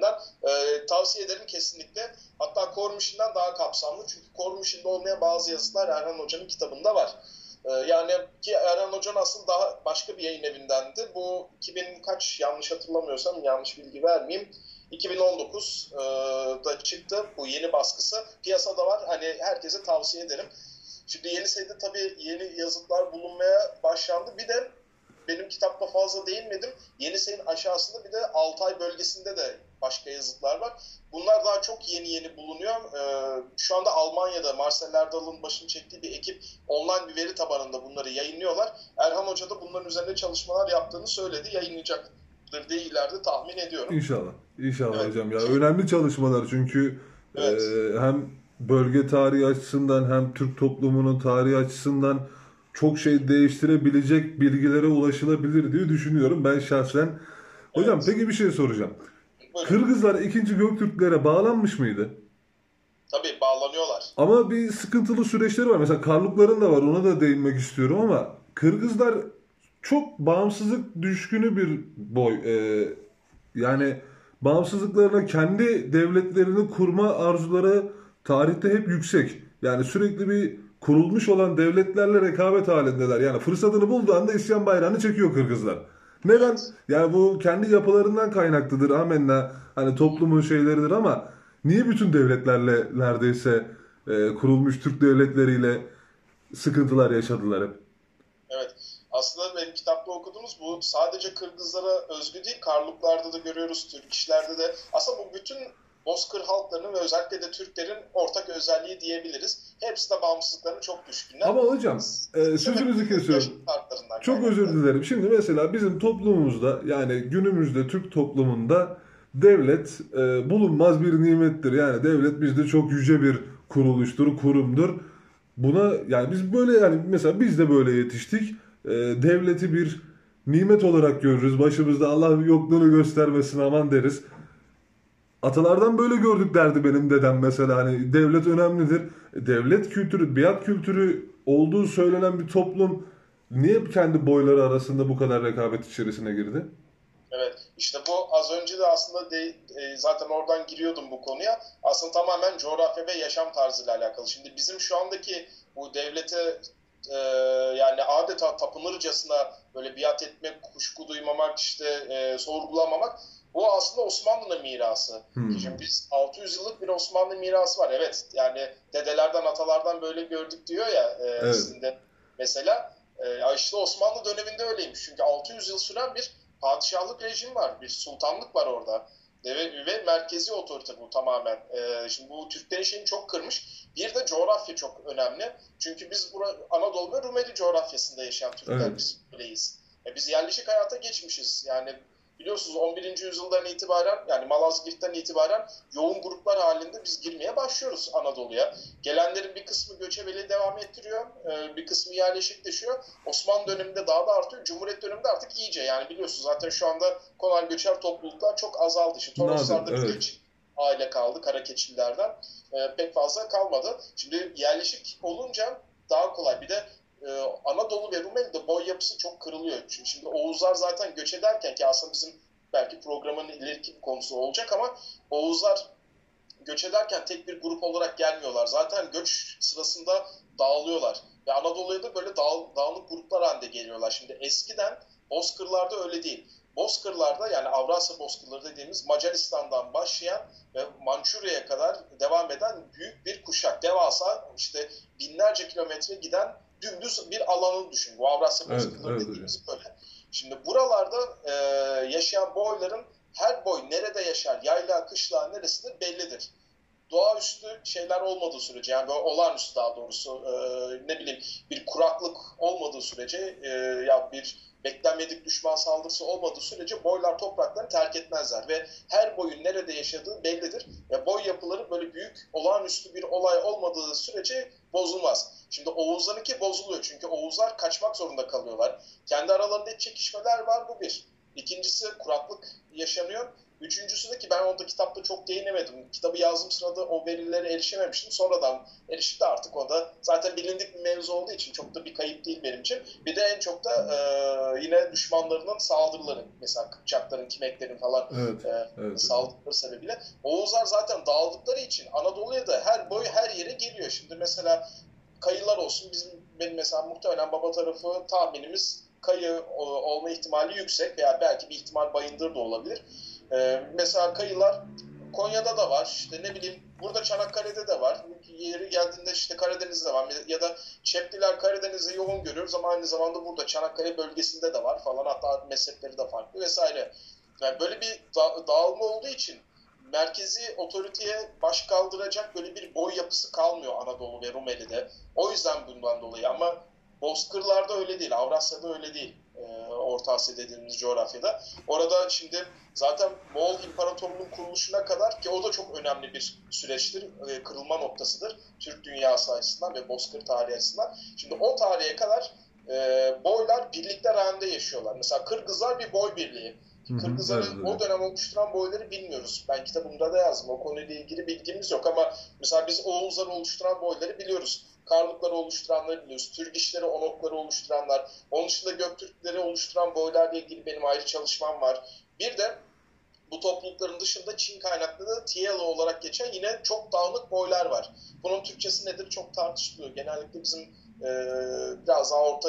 E, tavsiye ederim kesinlikle. Hatta Core Machine'den daha kapsamlı. Çünkü Core Machine'de olmayan bazı yazılar Erhan Hoca'nın kitabında var. E, yani ki Erhan Hoca'nın aslında daha başka bir yayın evindendi. Bu iki bin kaç, yanlış hatırlamıyorsam, yanlış bilgi vermeyeyim, iki bin on dokuzda çıktı bu yeni baskısı. Piyasada var. Hani herkese tavsiye ederim. Şimdi yeni sayıda tabii yeni yazıtlar bulunmaya başlandı. Bir de benim kitapta fazla değinmedim. Yeni sayının aşağısında bir de Altay bölgesinde de başka yazıtlar var. Bunlar daha çok yeni yeni bulunuyor. Ee, şu anda Almanya'da Marcel Erdal'ın başını çektiği bir ekip online bir veri tabanında bunları yayınlıyorlar. Erhan Hoca da bunların üzerinde çalışmalar yaptığını söyledi. Yayınlayacaktır diye ileride tahmin ediyorum. İnşallah. İnşallah Evet. hocam. Ya önemli çalışmalar çünkü Evet. e, hem bölge tarihi açısından hem Türk toplumunun tarihi açısından çok şey değiştirebilecek bilgilere ulaşılabilir diye düşünüyorum ben şahsen. Hocam Evet. peki bir şey soracağım. Buyurun. Kırgızlar ikinci Göktürklere bağlanmış mıydı? Tabii bağlanıyorlar. Ama bir sıkıntılı süreçleri var. Mesela Karlukların da var. Ona da değinmek istiyorum ama Kırgızlar çok bağımsızlık düşkünü bir boy. Ee, yani bağımsızlıklarına, kendi devletlerini kurma arzuları tarihte hep yüksek. Yani sürekli bir kurulmuş olan devletlerle rekabet halindeler. Yani fırsatını bulduğu anda isyan bayrağını çekiyor Kırgızlar. Neden? Yani bu kendi yapılarından kaynaklıdır. Amenna. Hani toplumun şeyleridir ama niye bütün devletlerle neredeyse e, kurulmuş Türk devletleriyle sıkıntılar yaşadılar hep? Evet. Aslında benim kitapta okuduğumuz bu sadece Kırgızlara özgü değil. Karluklarda da görüyoruz, Türk işlerde de. Aslında bu bütün Bozkır halklarının ve özellikle de Türklerin ortak özelliği diyebiliriz. Hepsi de bağımsızlıklarına çok düşkünler. Ama hocam e, sözünüzü kesiyorum. Çok özür dilerim. Şimdi mesela bizim toplumumuzda, yani günümüzde Türk toplumunda devlet e, bulunmaz bir nimettir. Yani devlet bizde çok yüce bir kuruluştur, kurumdur. Buna yani biz böyle, yani mesela biz de böyle yetiştik. E, devleti bir nimet olarak görürüz. Başımızda Allah yokluğunu göstermesin aman deriz. Atalardan böyle gördük derdi benim dedem mesela. Hani devlet önemlidir. E, Devlet kültürü, biat kültürü olduğu söylenen bir toplum niye kendi boyları arasında bu kadar rekabet içerisine girdi? Evet, işte bu az önce de aslında de, e, zaten oradan giriyordum bu konuya. Aslında tamamen coğrafya ve yaşam tarzıyla alakalı. Şimdi bizim şu andaki bu devlete e, yani adeta tapınırcasına böyle biat etmek, kuşku duymamak, işte e, sorgulamamak, bu aslında Osmanlı'nın mirası. Hmm. Şimdi biz altı yüz yıllık bir Osmanlı mirası var. Evet, yani dedelerden, atalardan böyle gördük diyor ya e, Evet. sizin de mesela. E, işte Osmanlı döneminde öyleymiş. Çünkü altı yüz yıl süren bir padişahlık rejimi var. Bir sultanlık var orada. Ve, ve merkezi otorite bu tamamen. Ee, şimdi bu Türklerin şeyini çok kırmış. Bir de coğrafya çok önemli. Çünkü biz bura, Anadolu ve Rumeli coğrafyasında yaşayan Türkler, Evet. biz böyleyiz. E, biz yerleşik hayata geçmişiz. Yani biliyorsunuz on birinci yüzyıldan itibaren, yani Malazgirt'ten itibaren yoğun gruplar halinde biz girmeye başlıyoruz Anadolu'ya. Gelenlerin bir kısmı göçebeliği devam ettiriyor. Bir kısmı yerleşikleşiyor. Osmanlı döneminde daha da artıyor. Cumhuriyet döneminde artık iyice, yani biliyorsunuz zaten şu anda kolay göçer topluluklar çok azaldı. İşte Toroslar'da Nadir, evet. birkaç aile kaldı Karakeçililerden. Pek fazla kalmadı. Şimdi yerleşik olunca daha kolay. Bir de Anadolu ve Rumeli'de boy yapısı çok kırılıyor. Çünkü şimdi Oğuzlar zaten göç ederken, ki aslında bizim belki programın ileriki bir konusu olacak, ama Oğuzlar göç ederken tek bir grup olarak gelmiyorlar. Zaten göç sırasında dağılıyorlar. Ve Anadolu'ya da böyle dağ, dağınık gruplar halinde geliyorlar. Şimdi eskiden Bozkırlar'da öyle değil. Bozkırlar'da, yani Avrasya Bozkırları dediğimiz, Macaristan'dan başlayan ve Mançurya'ya kadar devam eden büyük bir kuşak. Devasa, işte binlerce kilometre giden dümdüz bir alanı düşün. Bu Avrasya Bozkırları Evet, dediğimiz evet böyle. Şimdi buralarda e, yaşayan boyların her boy nerede yaşar, yayla, kışla neresidir bellidir. Doğaüstü şeyler olmadığı sürece, yani böyle olağanüstü daha doğrusu, e, ne bileyim bir kuraklık olmadığı sürece, e, ya bir beklenmedik düşman saldırısı olmadığı sürece boylar topraklarını terk etmezler ve her boyun nerede yaşadığı bellidir. Ve boy yapıları böyle büyük, olağanüstü bir olay olmadığı sürece bozulmaz. Şimdi Oğuzlarınki bozuluyor çünkü Oğuzlar kaçmak zorunda kalıyorlar. Kendi aralarında çekişmeler var, bu bir. İkincisi kuraklık yaşanıyor. Üçüncüsü de ki ben orada kitapta çok değinemedim. Kitabı yazdığım sırada o verilere erişememiştim. Sonradan erişip de artık o da zaten bilindik bir mevzu olduğu için çok da bir kayıp değil benim için. Bir de en çok da e, yine düşmanlarının saldırıları. Mesela Kıpçakların, Kimeklerin falan Evet, e, evet. saldırıları sebebiyle. Oğuzlar zaten dağıldıkları için Anadolu'ya da her boy her yere geliyor. Şimdi mesela Kayılar olsun. Bizim benim mesela muhtemelen baba tarafı tahminimiz Kayı olma ihtimali yüksek veya belki bir ihtimal Bayındır da olabilir. Ee, mesela Kayılar Konya'da da var. İşte ne bileyim burada Çanakkale'de de var. Yeri geldiğinde işte Karadeniz'de var. Ya da Çepliler Karadeniz'de yoğun görüyoruz ama aynı zamanda burada Çanakkale bölgesinde de var falan. Hatta mezhepleri de farklı vesaire. Yani böyle bir da- dağılma olduğu için merkezi otoriteye baş kaldıracak böyle bir boy yapısı kalmıyor Anadolu ve Rumeli'de. O yüzden bundan dolayı ama Bozkırlar'da öyle değil, Avrasya'da öyle değil. Ee, Orta Asya dediğimiz coğrafyada. Orada şimdi zaten Moğol İmparatorluğu'nun kuruluşuna kadar ki o da çok önemli bir süreçtir, e, kırılma noktasıdır Türk dünyası açısından ve Bozkır tarihi açısından. Şimdi o tarihe kadar e, boylar birlikler halinde yaşıyorlar. Mesela Kırgızlar bir boy birliği. Kırgızları Evet, o evet. dönem oluşturan boyları bilmiyoruz. Ben kitabımda da yazdım. O konuyla ilgili bilgimiz yok ama mesela biz Oğuzları oluşturan boyları biliyoruz. Karlukları oluşturanları biliyoruz. Türgişleri, Onokları oluşturanlar. Onun dışında Göktürkleri oluşturan boylarla ilgili benim ayrı çalışmam var. Bir de bu toplulukların dışında Çin kaynaklı da Tielo olarak geçen yine çok dağınık boylar var. Bunun Türkçesi nedir çok tartışılıyor. Genellikle bizim e, biraz daha orta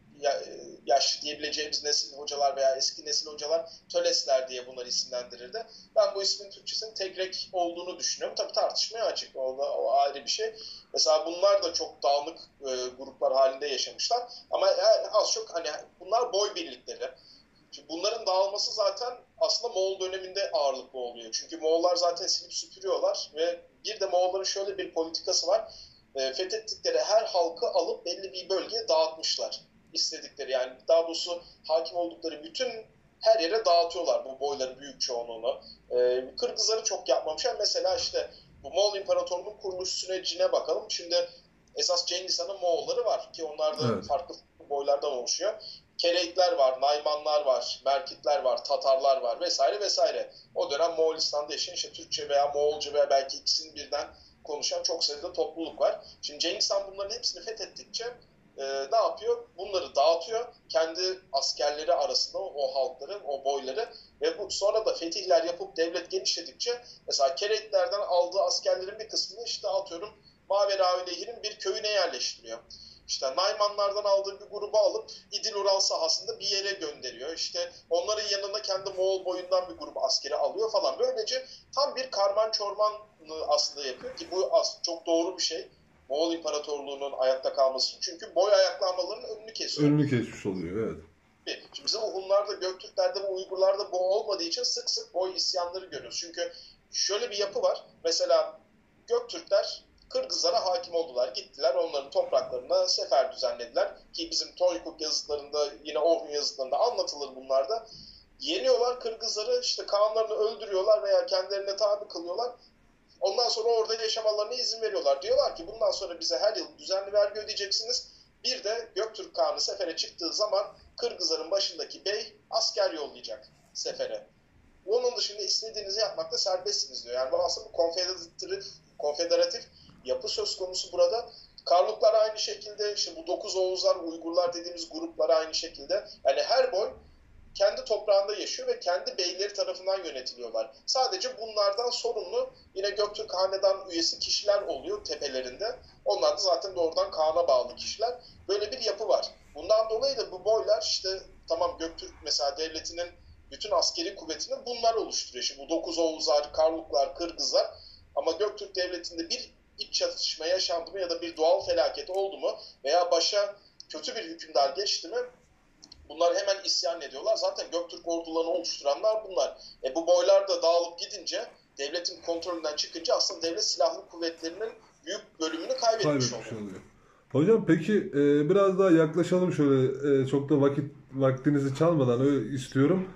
yaşlı diyebileceğimiz nesil hocalar veya eski nesil hocalar Tölesler diye bunları isimlendirirdi. Ben bu ismin Türkçesinin Tegrek olduğunu düşünüyorum. Tabii tartışmaya açık. O, da, o ayrı bir şey. Mesela bunlar da çok dağınık e, gruplar halinde yaşamışlar. Ama az çok hani bunlar boy birlikleri. Şimdi bunların dağılması zaten aslında Moğol döneminde ağırlıklı oluyor. Çünkü Moğollar zaten silip süpürüyorlar ve bir de Moğolların şöyle bir politikası var. E, fethettikleri her halkı alıp belli bir bölgeye dağıtmışlar. İstedikleri yani daha doğrusu hakim oldukları bütün her yere dağıtıyorlar bu boyların büyük çoğunluğunu. E, Kırgızları çok yapmamışlar. Mesela işte bu Moğol İmparatorluğu'nun kuruluş sürecine bakalım. Şimdi esas Cengiz Han'ın Moğolları var ki onlar da Evet. farklı boylardan oluşuyor. Kereitler var, Naymanlar var, Merkitler var, Tatarlar var vesaire vesaire. O dönem Moğolistan'da yaşayan işte Türkçe veya Moğolca veya belki ikisini birden konuşan çok sayıda topluluk var. Şimdi Cengiz Han bunların hepsini fethettikçe e, ne yapıyor? Bunları dağıtıyor. Kendi askerleri arasında o halkları, o boyları ve bu sonra da fetihler yapıp devlet genişledikçe mesela Kereitlerden aldığı askerlerin bir kısmını işte atıyorum Maveravi bir köyüne yerleştiriyor. İşte Naymanlardan aldığı bir grubu alıp İdil-Ural sahasında bir yere gönderiyor. İşte onların yanında kendi Moğol boyundan bir grup askeri alıyor falan. Böylece tam bir karman çorman aslında yapıyor ki bu çok doğru bir şey. Moğol İmparatorluğu'nun ayakta kalması için. Çünkü boy ayaklanmalarının önünü kesiyor. Önünü kesmiş oluyor, evet. Şimdi bizim Hunlarda, Göktürklerde ve Uygurlarda bu olmadığı için sık sık boy isyanları görüyoruz. Çünkü şöyle bir yapı var. Mesela Göktürkler Kırgızlara hakim oldular. Gittiler onların topraklarına sefer düzenlediler. Ki bizim Toykuk yazıtlarında yine Orhun yazıtlarında anlatılır bunlar da. Yeniyorlar Kırgızları, işte Kağanlarını öldürüyorlar veya kendilerine tabi kılıyorlar. Ondan sonra orada yaşamalarına izin veriyorlar. Diyorlar ki bundan sonra bize her yıl düzenli vergi ödeyeceksiniz. Bir de Göktürk Kağanı sefere çıktığı zaman Kırgızların başındaki bey asker yollayacak sefere. Onun dışında istediğinizi yapmakta serbestsiniz diyor. Yani bu aslında konfederatif, konfederatif yapı söz konusu burada. Karluklar aynı şekilde, işte bu dokuz Oğuzlar, Uygurlar dediğimiz gruplar aynı şekilde. Yani her boy kendi toprağında yaşıyor ve kendi beyleri tarafından yönetiliyorlar. Sadece bunlardan sorumlu yine Göktürk Hanedan üyesi kişiler oluyor tepelerinde. Onlar da zaten doğrudan Kağan'a bağlı kişiler. Böyle bir yapı var. Bundan dolayı da bu boylar işte tamam Göktürk mesela devletinin bütün askeri kuvvetini bunlar oluşturuyor. Şimdi bu dokuz Oğuzlar, Karluklar, Kırgızlar ama Göktürk devletinde bir iç çatışma yaşandı mı ya da bir doğal felaket oldu mu veya başa kötü bir hükümdar geçti mi bunlar hemen isyan ediyorlar. Zaten Göktürk ordularını oluşturanlar bunlar. E bu boylar da dağılıp gidince devletin kontrolünden çıkınca aslında devlet silahlı kuvvetlerinin büyük bölümünü kaybetmiş, Kaybetmiş oluyor. oluyor. Hocam peki e, biraz daha yaklaşalım şöyle e, çok da vakit vaktinizi çalmadan öyle istiyorum.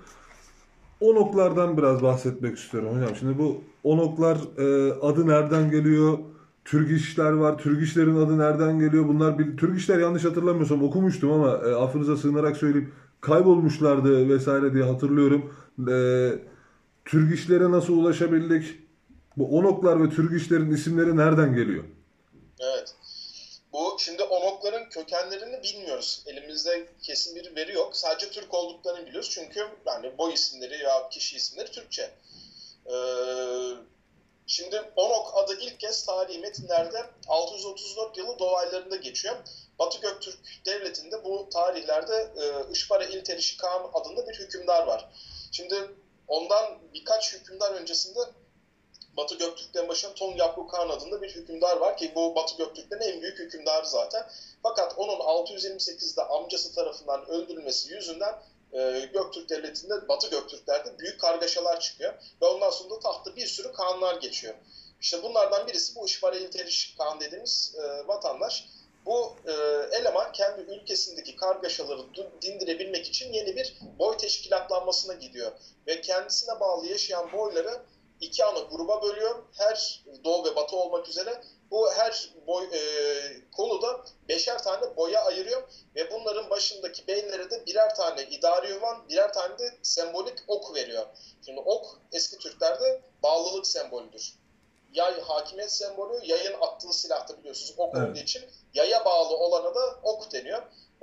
Onoklardan biraz bahsetmek istiyorum hocam. Şimdi bu Onoklar e, adı nereden geliyor? Türgişler var. Türgişlerin adı nereden geliyor? Bunlar bir Türgişler yanlış hatırlamıyorsam okumuştum ama e, affınıza sığınarak söyleyeyim kaybolmuşlardı vesaire diye hatırlıyorum. E, Türgişlere nasıl ulaşabildik? Bu Onoklar ve Türgişlerin isimleri nereden geliyor? Evet. Bu şimdi Onokların kökenlerini bilmiyoruz. Elimizde kesin bir veri yok. Sadece Türk olduklarını biliyoruz. Çünkü yani boy isimleri ya kişi isimleri Türkçe. Ee, Şimdi Onok adı ilk kez tarihi metinlerde altı yüz otuz dört yılı dolaylarında geçiyor. Batı Göktürk Devleti'nde bu tarihlerde e, Işbara İlteriş Kağan adında bir hükümdar var. Şimdi ondan birkaç hükümdar öncesinde Batı Göktürklerin başında Tongyaku Kağan adında bir hükümdar var ki bu Batı Göktürklerin en büyük hükümdarı zaten. Fakat onun altı yüz yirmi sekizde amcası tarafından öldürülmesi yüzünden e, Göktürk Devleti'nde, Batı Göktürklerde büyük kargaşalar çıkıyor. Ve ondan sonra da tahta bir sürü kağanlar geçiyor. İşte bunlardan birisi bu Işbara İlteriş Kağan dediğimiz e, vatandaş. Bu e, eleman kendi ülkesindeki kargaşaları dindirebilmek için yeni bir boy teşkilatlanmasına gidiyor. Ve kendisine bağlı yaşayan boyları iki ana gruba bölüyor. Her doğu ve batı olmak üzere bu her boy e, konuda beşer tane boya ayırıyor ve bunların başındaki beylere de birer tane idari ünvan, birer tane de sembolik ok veriyor. Şimdi ok eski Türklerde bağlılık sembolüdür. Yay hakimiyet sembolü, yayın attığı silahta biliyorsunuz ok Evet. olduğu için yaya bağlı olana da ok deniyor. Ee,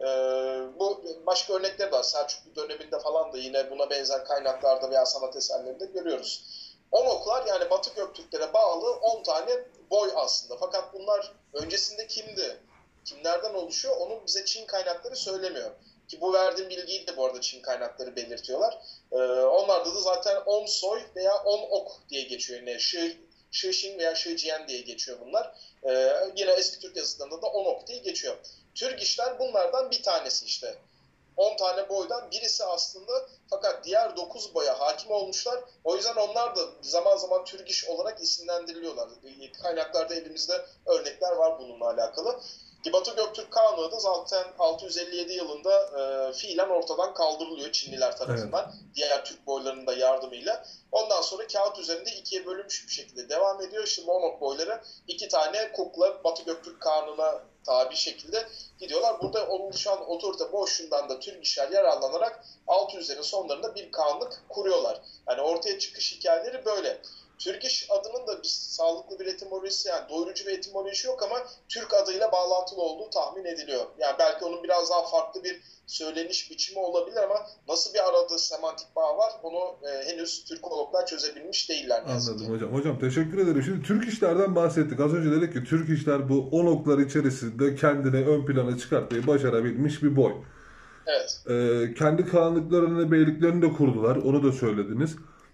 bu başka örnekler var. Selçuklu döneminde falan da yine buna benzer kaynaklarda veya sanat eserlerinde görüyoruz. Onoklar yani Batı Göktürklere bağlı on tane boy aslında. Fakat bunlar öncesinde kimdi, kimlerden oluşuyor onu bize Çin kaynakları söylemiyor. Ki bu verdiğim bilgiyi de bu arada Çin kaynakları belirtiyorlar. Ee, onlarda da zaten on soy veya on ok diye geçiyor. Yani Shi, Shi Xin veya Shi Jian diye geçiyor bunlar. Ee, yine eski Türk yazılarında da on ok diye geçiyor. Türgişler bunlardan bir tanesi işte. on tane boydan birisi aslında fakat diğer dokuz boya hakim olmuşlar. O yüzden onlar da zaman zaman Türgiş olarak isimlendiriliyorlar. Kaynaklarda elimizde örnekler var bununla alakalı. Ki Batı Göktürk Kağanlığı da zaten altı yüz elli yedi yılında e, fiilen ortadan kaldırılıyor Çinliler tarafından. Evet. Diğer Türk boylarının da yardımıyla. Ondan sonra kağıt üzerinde ikiye bölünmüş bir şekilde devam ediyor. Şimdi Onok boyları iki tane kukla Batı Göktürk Kağanlığı'na tabi şekilde gidiyorlar. Burada oluşan otorite boşluğundan da Türgişler yararlanarak altı yüzlerin sonlarında bir kağanlık kuruyorlar. Yani ortaya çıkış hikayeleri böyle. Türgiş adının da bir sağlıklı bir etimolojisi yani doyurucu bir etimoloji yok ama Türk adıyla bağlantılı olduğu tahmin ediliyor. Yani belki onun biraz daha farklı bir söyleniş biçimi olabilir ama nasıl bir arada semantik bağ var onu e, henüz Türkologlar çözebilmiş değiller. Anladım hocam. Hocam teşekkür ederim. Şimdi Türk işlerden bahsettik. Az önce dedik ki Türk işler bu Onoklar içerisinde kendine ön plana çıkartmayı başarabilmiş bir boy. Evet. Ee, kendi kağanlıklarını, beyliklerini de kurdular. Onu da söylediniz.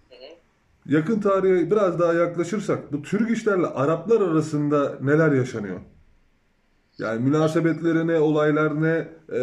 Yakın tarihe biraz daha yaklaşırsak bu Türk işlerle Araplar arasında neler yaşanıyor? Yani münasebetleri ne, olaylar ne, e,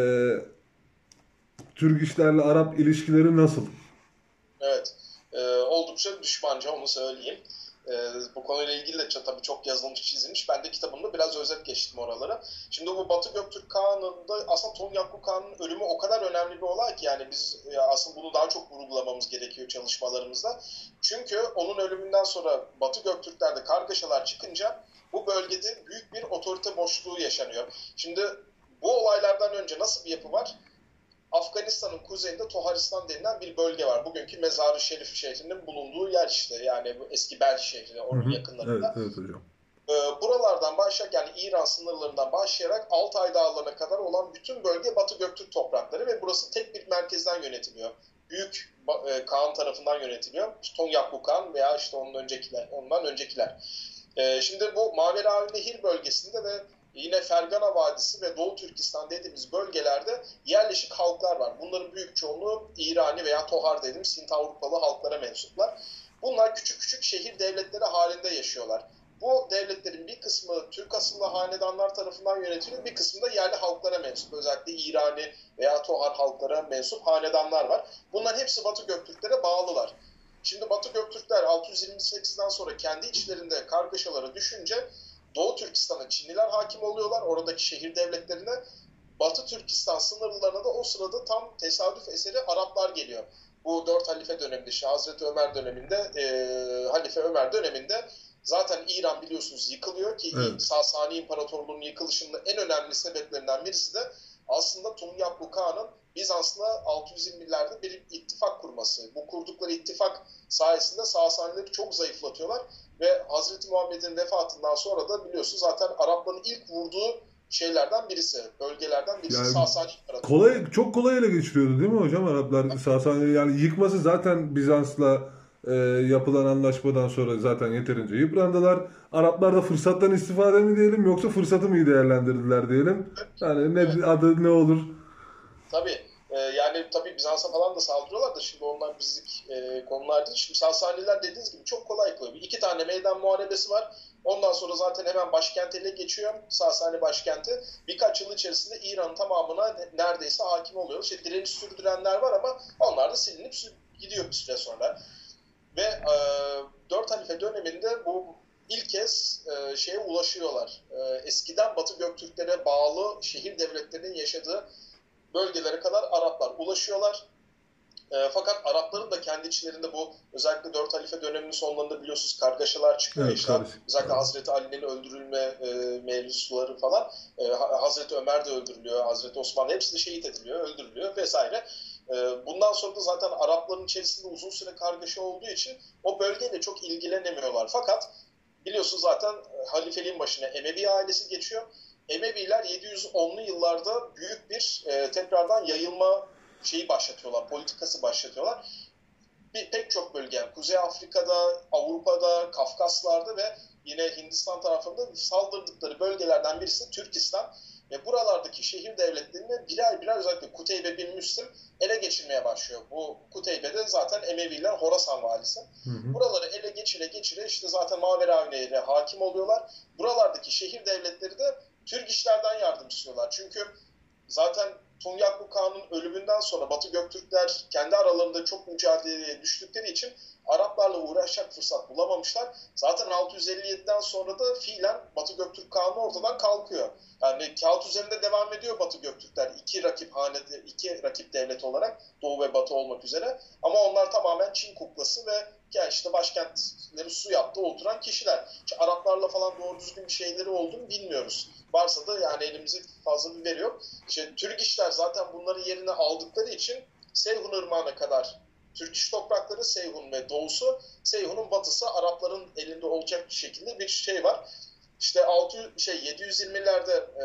Türk işlerle Arap ilişkileri nasıl? Evet, e, oldukça düşmanca onu söyleyeyim. E, bu konuyla ilgili de tabii çok yazılmış, çizilmiş. Ben de kitabımda biraz özet geçtim oralara. Şimdi bu Batı Göktürk Kağanı'nda aslında Tongyaku Kağan'ın ölümü o kadar önemli bir olay ki yani biz ya aslında bunu daha çok vurgulamamız gerekiyor çalışmalarımızda. Çünkü onun ölümünden sonra Batı Göktürklerde kargaşalar çıkınca bu bölgede büyük bir otorite boşluğu yaşanıyor. Şimdi bu olaylardan önce nasıl bir yapı var? Afganistan'ın kuzeyinde Toharistan denilen bir bölge var. Bugünkü Mezar-ı Şerif şehrinin bulunduğu yer işte. Yani bu eski Bel şehri, onun hı hı. yakınlarında. Evet, evet hocam. Ee, buralardan başlayarak yani İran sınırlarından başlayarak Altay Dağları'na kadar olan bütün bölge Batı Göktürk toprakları ve burası tek bir merkezden yönetiliyor. Büyük e, Kağan tarafından yönetiliyor. Tongyaku Kağan veya işte onun öncekiler, ondan öncekiler. Ee, şimdi bu Maveravi Nehir bölgesinde ve yine Fergana Vadisi ve Doğu Türkistan dediğimiz bölgelerde yerleşik halklar var. Bunların büyük çoğunluğu İrani veya Tohar dediğimiz Hint Avrupalı halklara mensuplar. Bunlar küçük küçük şehir devletleri halinde yaşıyorlar. Bu devletlerin bir kısmı Türk asıllı hanedanlar tarafından yönetiliyor, bir kısmı da yerli halklara mensup. Özellikle İrani veya Tohar halklara mensup hanedanlar var. Bunların hepsi Batı Göktürklere bağlılar. Şimdi Batı Göktürkler altı yüz yirmi sekizden sonra kendi içlerinde kargaşalara düşünce Doğu Türkistan'a Çinliler hakim oluyorlar. Oradaki şehir devletlerine. Batı Türkistan sınırlarına da o sırada tam tesadüf eseri Araplar geliyor. Bu dört halife döneminde, işte Hazreti Ömer döneminde, e, Halife Ömer döneminde zaten İran biliyorsunuz yıkılıyor ki evet. Sasani İmparatorluğu'nun yıkılışının en önemli sebeplerinden birisi de aslında Tongyaku Kağan'ın Bizans'la altı yüz yirmilerde bir ittifak kurması. Bu kurdukları ittifak sayesinde Sasanileri çok zayıflatıyorlar ve Hazreti Muhammed'in vefatından sonra da biliyorsunuz zaten Arapların ilk vurduğu şeylerden birisi, bölgelerden birisi Yani Sasani İmparatorluğu. kolay, çok kolay ele geçiriyordu değil mi hocam Araplar Sasani'yi? Yani yıkması zaten Bizans'la e, yapılan anlaşmadan sonra zaten yeterince yıprandılar. Araplar da fırsattan istifade mi diyelim yoksa fırsatı mı iyi değerlendirdiler diyelim. Yani Evet. ne adı ne olur. Tabii. E, yani tabii Bizans'a falan da saldırıyorlar da şimdi onlar bizlik e, konular değil. Şimdi Sasaniler dediğiniz gibi çok kolay kılıyor. İki tane meydan muharebesi var. Ondan sonra zaten hemen başkent ele geçiyor. Sasani başkenti. Birkaç yıl içerisinde İran'ın tamamına neredeyse hakim oluyor. İşte direniş sürdürenler var ama onlar da silinip gidiyor bir süre sonra. Ve e, dört halife döneminde bu ilk kez e, şeye ulaşıyorlar. E, eskiden Batı Göktürklere bağlı şehir devletlerinin yaşadığı bölgelere kadar Araplar ulaşıyorlar. E, fakat Arapların da kendi içlerinde bu özellikle dört halife döneminin sonlarında biliyorsunuz kargaşalar çıkıyor. Evet, işte, karışık. özellikle Hazreti Ali'nin öldürülme e, mevzuları falan. E, Hazreti Ömer de öldürülüyor, Hazreti Osman hepsi de şehit ediliyor, öldürülüyor vesaire. E, bundan sonra da zaten Arapların içerisinde uzun süre kargaşa olduğu için o bölgeyle çok ilgilenemiyorlar. Fakat biliyorsunuz zaten halifeliğin başına Emevi ailesi geçiyor. Emeviler yedi yüz onlu yıllarda büyük bir e, tekrardan yayılma şeyi başlatıyorlar, politikası başlatıyorlar. Bir, pek çok bölge, Kuzey Afrika'da, Avrupa'da, Kafkaslar'da ve yine Hindistan tarafında saldırdıkları bölgelerden birisi Türkistan. Ve buralardaki şehir devletlerini birer birer özellikle Kuteybe bin Müslim ele geçirmeye başlıyor. Bu Kuteybe'de zaten Emeviler Horasan valisi. Hı hı. Buraları ele geçire geçire işte zaten Maveravine'ye hakim oluyorlar. Buralardaki şehir devletleri de Türk işlerden yardım istiyorlar. Çünkü zaten Tunyaklu Kağan'ın ölümünden sonra Batı Göktürkler kendi aralarında çok mücadeleye düştükleri için Araplarla uğraşacak fırsat bulamamışlar. Zaten altı yüz elli yediden sonra da fiilen Batı Göktürk Kağanı ortadan kalkıyor. Yani kağıt üzerinde devam ediyor Batı Göktürkler. İki rakip hanede, iki rakip devlet olarak Doğu ve Batı olmak üzere. Ama onlar tamamen Çin kuklası ve yani işte başkentleri su yaptı oturan kişiler. İşte Araplarla falan doğru düzgün bir şeyleri olduğunu bilmiyoruz. Varsa da yani elimizde fazla bir veri yok. İşte Türk işler zaten bunların yerine aldıkları için Seyhun Irmağı'na kadar Türk iş toprakları Seyhun ve doğusu, Seyhun'un batısı Arapların elinde olacak bir şekilde bir şey var. İşte altı yüz, şey yedi yüz yirmilerde e,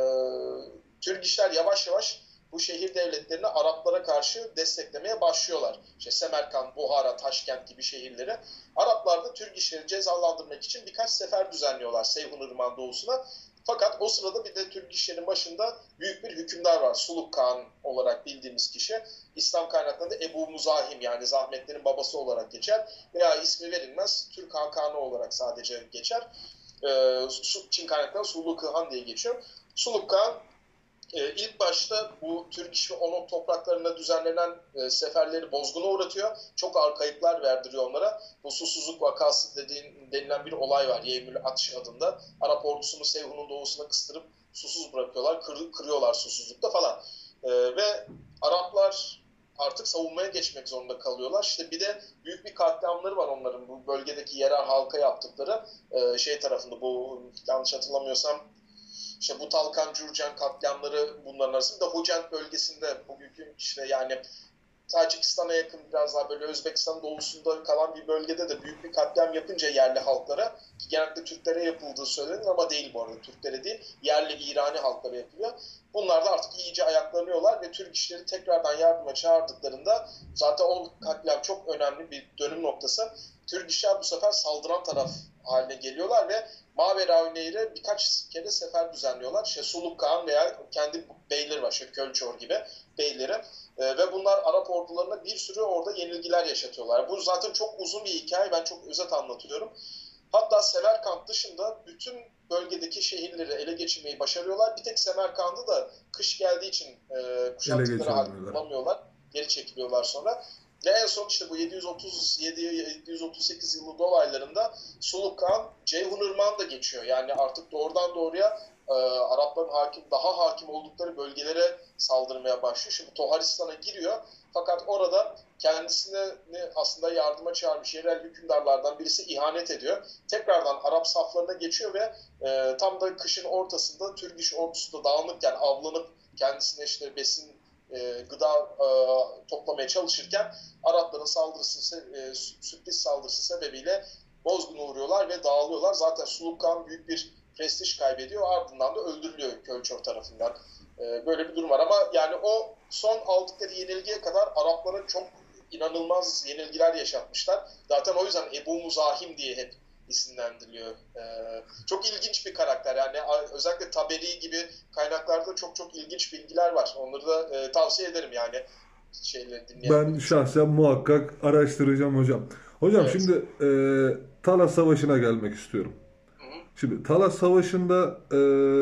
Türk işler yavaş yavaş bu şehir devletlerini Araplara karşı desteklemeye başlıyorlar. İşte Semerkant, Buhara, Taşkent gibi şehirleri. Araplar da Türk işleri cezalandırmak için birkaç sefer düzenliyorlar Seyhun Irmağı doğusuna. Fakat o sırada bir de Türk işlerinin başında büyük bir hükümdar var. Suluk Kağan olarak bildiğimiz kişi. İslam kaynaklarında Ebu Muzahim yani zahmetlerin babası olarak geçer. Veya ismi verilmez Türk Hakanı olarak sadece geçer. Ee, Çin kaynaklarında Suluk Kağan diye geçiyor. Suluk Kağan e, ilk başta bu Türk iş ve onun topraklarında düzenlenen e, seferleri bozguna uğratıyor. Çok ağır kayıplar verdiriyor onlara. Bu susuzluk vakası dediğin, denilen bir olay var. Yevmül Atş adında. Arap ordusunu Seyhun'un doğusuna kıstırıp susuz bırakıyorlar. Kır, kırıyorlar susuzlukta falan. E, ve Araplar artık savunmaya geçmek zorunda kalıyorlar. İşte bir de büyük bir katliamları var onların. Bu bölgedeki yerel halka yaptıkları e, şey tarafında bu yanlış hatırlamıyorsam İşte bu Talkan, Cürcan katliamları bunların arasında. Hocent bölgesinde bugünkü işte yani Tacikistan'a yakın biraz daha böyle Özbekistan doğusunda kalan bir bölgede de büyük bir katliam yapınca yerli halklara ki genellikle Türklere yapıldığı söylenir ama değil bu arada Türklere değil yerli İrani halklara yapılıyor. Bunlar da artık iyice ayaklanıyorlar ve Türk işleri tekrardan yardıma çağırdıklarında zaten o katliam çok önemli bir dönüm noktası. Türk işler bu sefer saldıran taraf haline geliyorlar ve Maveravine'ye birkaç kere sefer düzenliyorlar. İşte Suluk Kağan veya kendi beyleri var. İşte Kölçor gibi beyleri. E, ve bunlar Arap ordularına bir sürü orada yenilgiler yaşatıyorlar. Bu zaten çok uzun bir hikaye. Ben çok özet anlatıyorum. Hatta Semerkant dışında bütün bölgedeki şehirleri ele geçirmeyi başarıyorlar. Bir tek Semerkant'ı da kış geldiği için e, kuşattıkları halde bulamıyorlar. Geri çekiliyorlar sonra. Ve en son işte bu yedi yüz otuz yedi yedi yüz otuz sekiz yılı dolaylarında Suluk Kağan Ceyhun Irmağı'nı da geçiyor. Yani artık doğrudan doğruya e, Arapların hakim daha hakim oldukları bölgelere saldırmaya başlıyor. Şimdi Toharistan'a giriyor. Fakat orada kendisini aslında yardıma çağırmış yerel hükümdarlardan birisi ihanet ediyor. Tekrardan Arap saflarına geçiyor ve e, tam da kışın ortasında Türk iş ordusu da dağınıkken avlanıp kendisine işte besin e, gıda e, toplamaya çalışırken Arapların saldırısı, e, sürpriz saldırısı sebebiyle bozguna uğruyorlar ve dağılıyorlar. Zaten Suluk Kağan büyük bir prestij kaybediyor. Ardından da öldürülüyor Kölçör tarafından. E, böyle bir durum var ama yani o son aldıkları yenilgiye kadar Araplara çok inanılmaz yenilgiler yaşatmışlar. Zaten o yüzden Ebu Muzahim diye hep isimlendiriliyor. Ee, çok ilginç bir karakter. Yani özellikle Taberi gibi kaynaklarda çok çok ilginç bilgiler var. Onları da e, tavsiye ederim yani şeyleri dinleyenler Ben için. şahsen muhakkak araştıracağım hocam. Hocam Evet. şimdi e, Talas Savaşı'na gelmek istiyorum. Hı hı. Şimdi Talas Savaşı'nda e,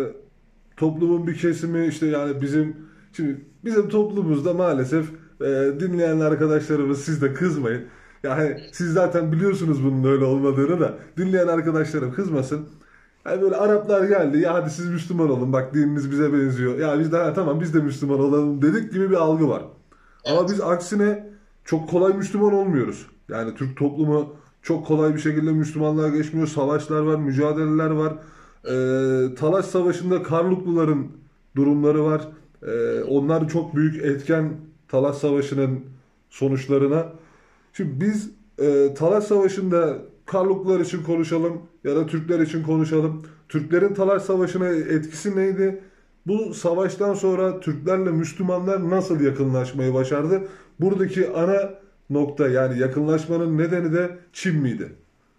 toplumun bir kesimi işte yani bizim şimdi bizim toplumumuzda maalesef e, dinleyen arkadaşlarımız siz de kızmayın. Yani siz zaten biliyorsunuz bunun öyle olmadığını da dinleyen arkadaşlarım kızmasın. Yani böyle Araplar geldi ya hadi siz Müslüman olun bak dininiz bize benziyor. Ya biz de ha, tamam biz de Müslüman olalım dedik gibi bir algı var. Ama Evet. biz aksine çok kolay Müslüman olmuyoruz. Yani Türk toplumu çok kolay bir şekilde Müslümanlığa geçmiyor. Savaşlar var, mücadeleler var. Ee, Talas Savaşı'nda Karlukluların durumları var. Ee, onlar çok büyük etken Talas Savaşı'nın sonuçlarına. Şimdi biz e, Talas Savaşı'nda Karluklular için konuşalım ya da Türkler için konuşalım. Türklerin Talas Savaşı'na etkisi neydi? Bu savaştan sonra Türklerle Müslümanlar nasıl yakınlaşmayı başardı? Buradaki ana nokta yani yakınlaşmanın nedeni de Çin miydi?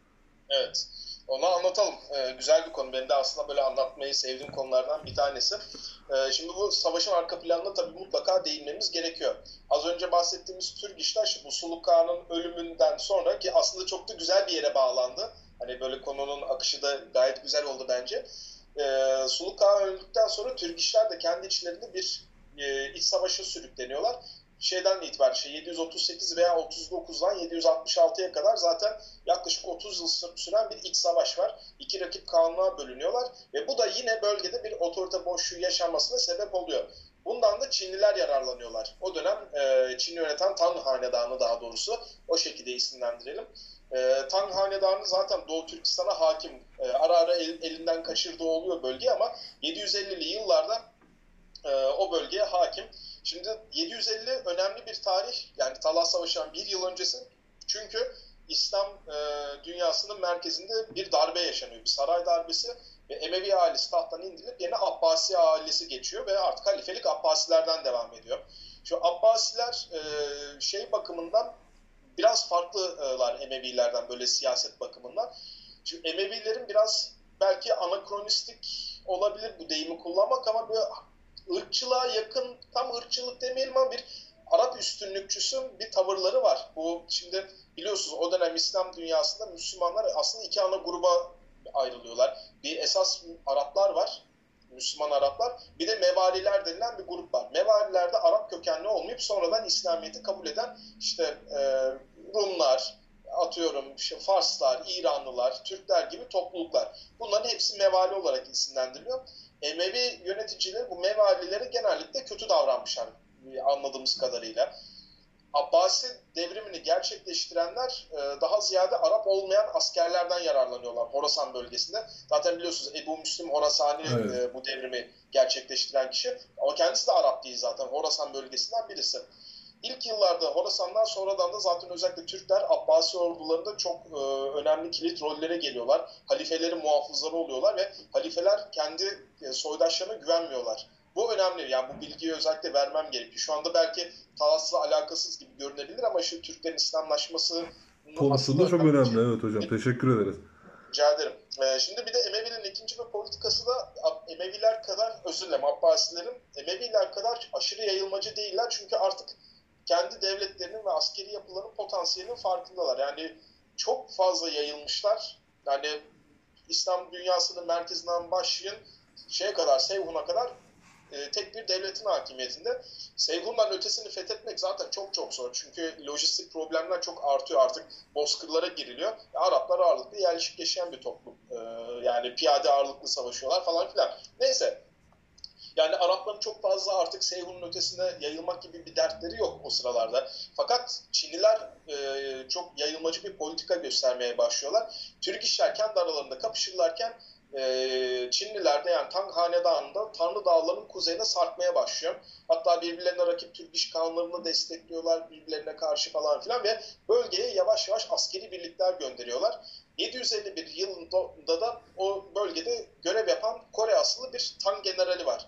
Evet. Onu anlatalım. Ee, güzel bir konu. Benim de aslında böyle anlatmayı sevdiğim konulardan bir tanesi. Ee, şimdi bu savaşın arka planına tabii mutlaka değinmemiz gerekiyor. Az önce bahsettiğimiz Türk işler, işte bu Suluk Kağan'ın ölümünden sonra ki aslında çok da güzel bir yere bağlandı. Hani böyle konunun akışı da gayet güzel oldu bence. Ee, Suluk Kağan öldükten sonra Türk işler de kendi içlerinde bir e, iç savaşa sürükleniyorlar. Şeyden itibaren işte yedi yüz otuz sekiz veya otuz dokuzdan yedi yüz altmış altıya kadar zaten yaklaşık otuz yıl süren bir iç savaş var. İki rakip kanlığa bölünüyorlar ve bu da yine bölgede bir otorite boşluğu yaşanmasına sebep oluyor. Bundan da Çinliler yararlanıyorlar. O dönem e, Çin'i yöneten Tang Hanedanı, daha doğrusu o şekilde isimlendirelim. E, Tang Hanedanı zaten Doğu Türkistan'a hakim. E, ara ara el, elinden kaçırdığı oluyor bölge ama yedi yüz ellili yıllarda e, o bölgeye hakim. Şimdi yedi yüz elli önemli bir tarih. Yani Talas Savaşı'ndan bir yıl öncesi. Çünkü İslam e, dünyasının merkezinde bir darbe yaşanıyor. Bir saray darbesi ve Emevi ailesi tahttan indirilip yerine Abbasi ailesi geçiyor ve artık halifelik Abbasilerden devam ediyor. Şu Abbasiler e, şey bakımından biraz farklılar Emevilerden, böyle siyaset bakımından. Çünkü Emevilerin biraz belki anakronistik olabilir bu deyimi kullanmak ama böyle ırkçılığa yakın, tam ırkçılık demeyelim ama bir Arap üstünlükçüsü bir tavırları var. Bu şimdi biliyorsunuz o dönem İslam dünyasında Müslümanlar aslında iki ana gruba ayrılıyorlar. Bir esas Araplar var, Müslüman Araplar. Bir de Mevaliler denilen bir grup var. Mevalilerde Arap kökenli olmayıp sonradan İslamiyet'i kabul eden işte e, Rumlar, atıyorum işte Farslar, İranlılar, Türkler gibi topluluklar. Bunların hepsi Mevali olarak isimlendiriliyor. Emevi yöneticileri bu Mevalilere genellikle kötü davranmışlar anladığımız kadarıyla. Abbasi devrimini gerçekleştirenler daha ziyade Arap olmayan askerlerden yararlanıyorlar Horasan bölgesinde. Zaten biliyorsunuz Ebu Müslim Horasani Evet. bu devrimi gerçekleştiren kişi. Ama kendisi de Arap değil zaten. Horasan bölgesinden birisi. İlk yıllarda Horasan'dan sonradan da zaten özellikle Türkler Abbasi ordularında çok e, önemli kilit rollere geliyorlar. Halifelerin muhafızları oluyorlar ve halifeler kendi e, soydaşlarına güvenmiyorlar. Bu önemli. Yani bu bilgiyi özellikle vermem gerekiyor. Şu anda belki Talas'la alakasız gibi görünebilir ama şu Türklerin İslamlaşması Konusunda çok önemli. Evet hocam. Teşekkür ederiz. Rica ederim. Ee, şimdi bir de Emevilerin ikinci bir politikası da Emeviler kadar, özür dilerim Abbasilerin Emeviler kadar aşırı yayılmacı değiller. Çünkü artık kendi devletlerinin ve askeri yapılarının potansiyelinin farkındalar. Yani çok fazla yayılmışlar. Yani İslam dünyasının merkezinden başlayın şeye kadar, Seyhun'a kadar e, tek bir devletin hakimiyetinde. Seyhun'dan ötesini fethetmek zaten çok çok zor. Çünkü lojistik problemler çok artıyor artık. Bozkırlara giriliyor. E, Araplar ağırlıklı yerleşik yaşayan bir toplum. E, yani piyade ağırlıklı savaşıyorlar falan filan. Neyse. Yani Arapların çok fazla artık Seyhun'un ötesine yayılmak gibi bir dertleri yok o sıralarda. Fakat Çinliler e, çok yayılmacı bir politika göstermeye başlıyorlar. Türk işler kendi aralarında kapışırlarken e, Çinliler de yani Tang Hanedanı'nda Tanrı Dağları'nın kuzeyine sarkmaya başlıyor. Hatta birbirlerine rakip Türk iş kanunlarını destekliyorlar birbirlerine karşı falan filan ve bölgeye yavaş yavaş askeri birlikler gönderiyorlar. yedi yüz elli bir yılında da o bölgede görev yapan Kore asıllı bir Tang generali var.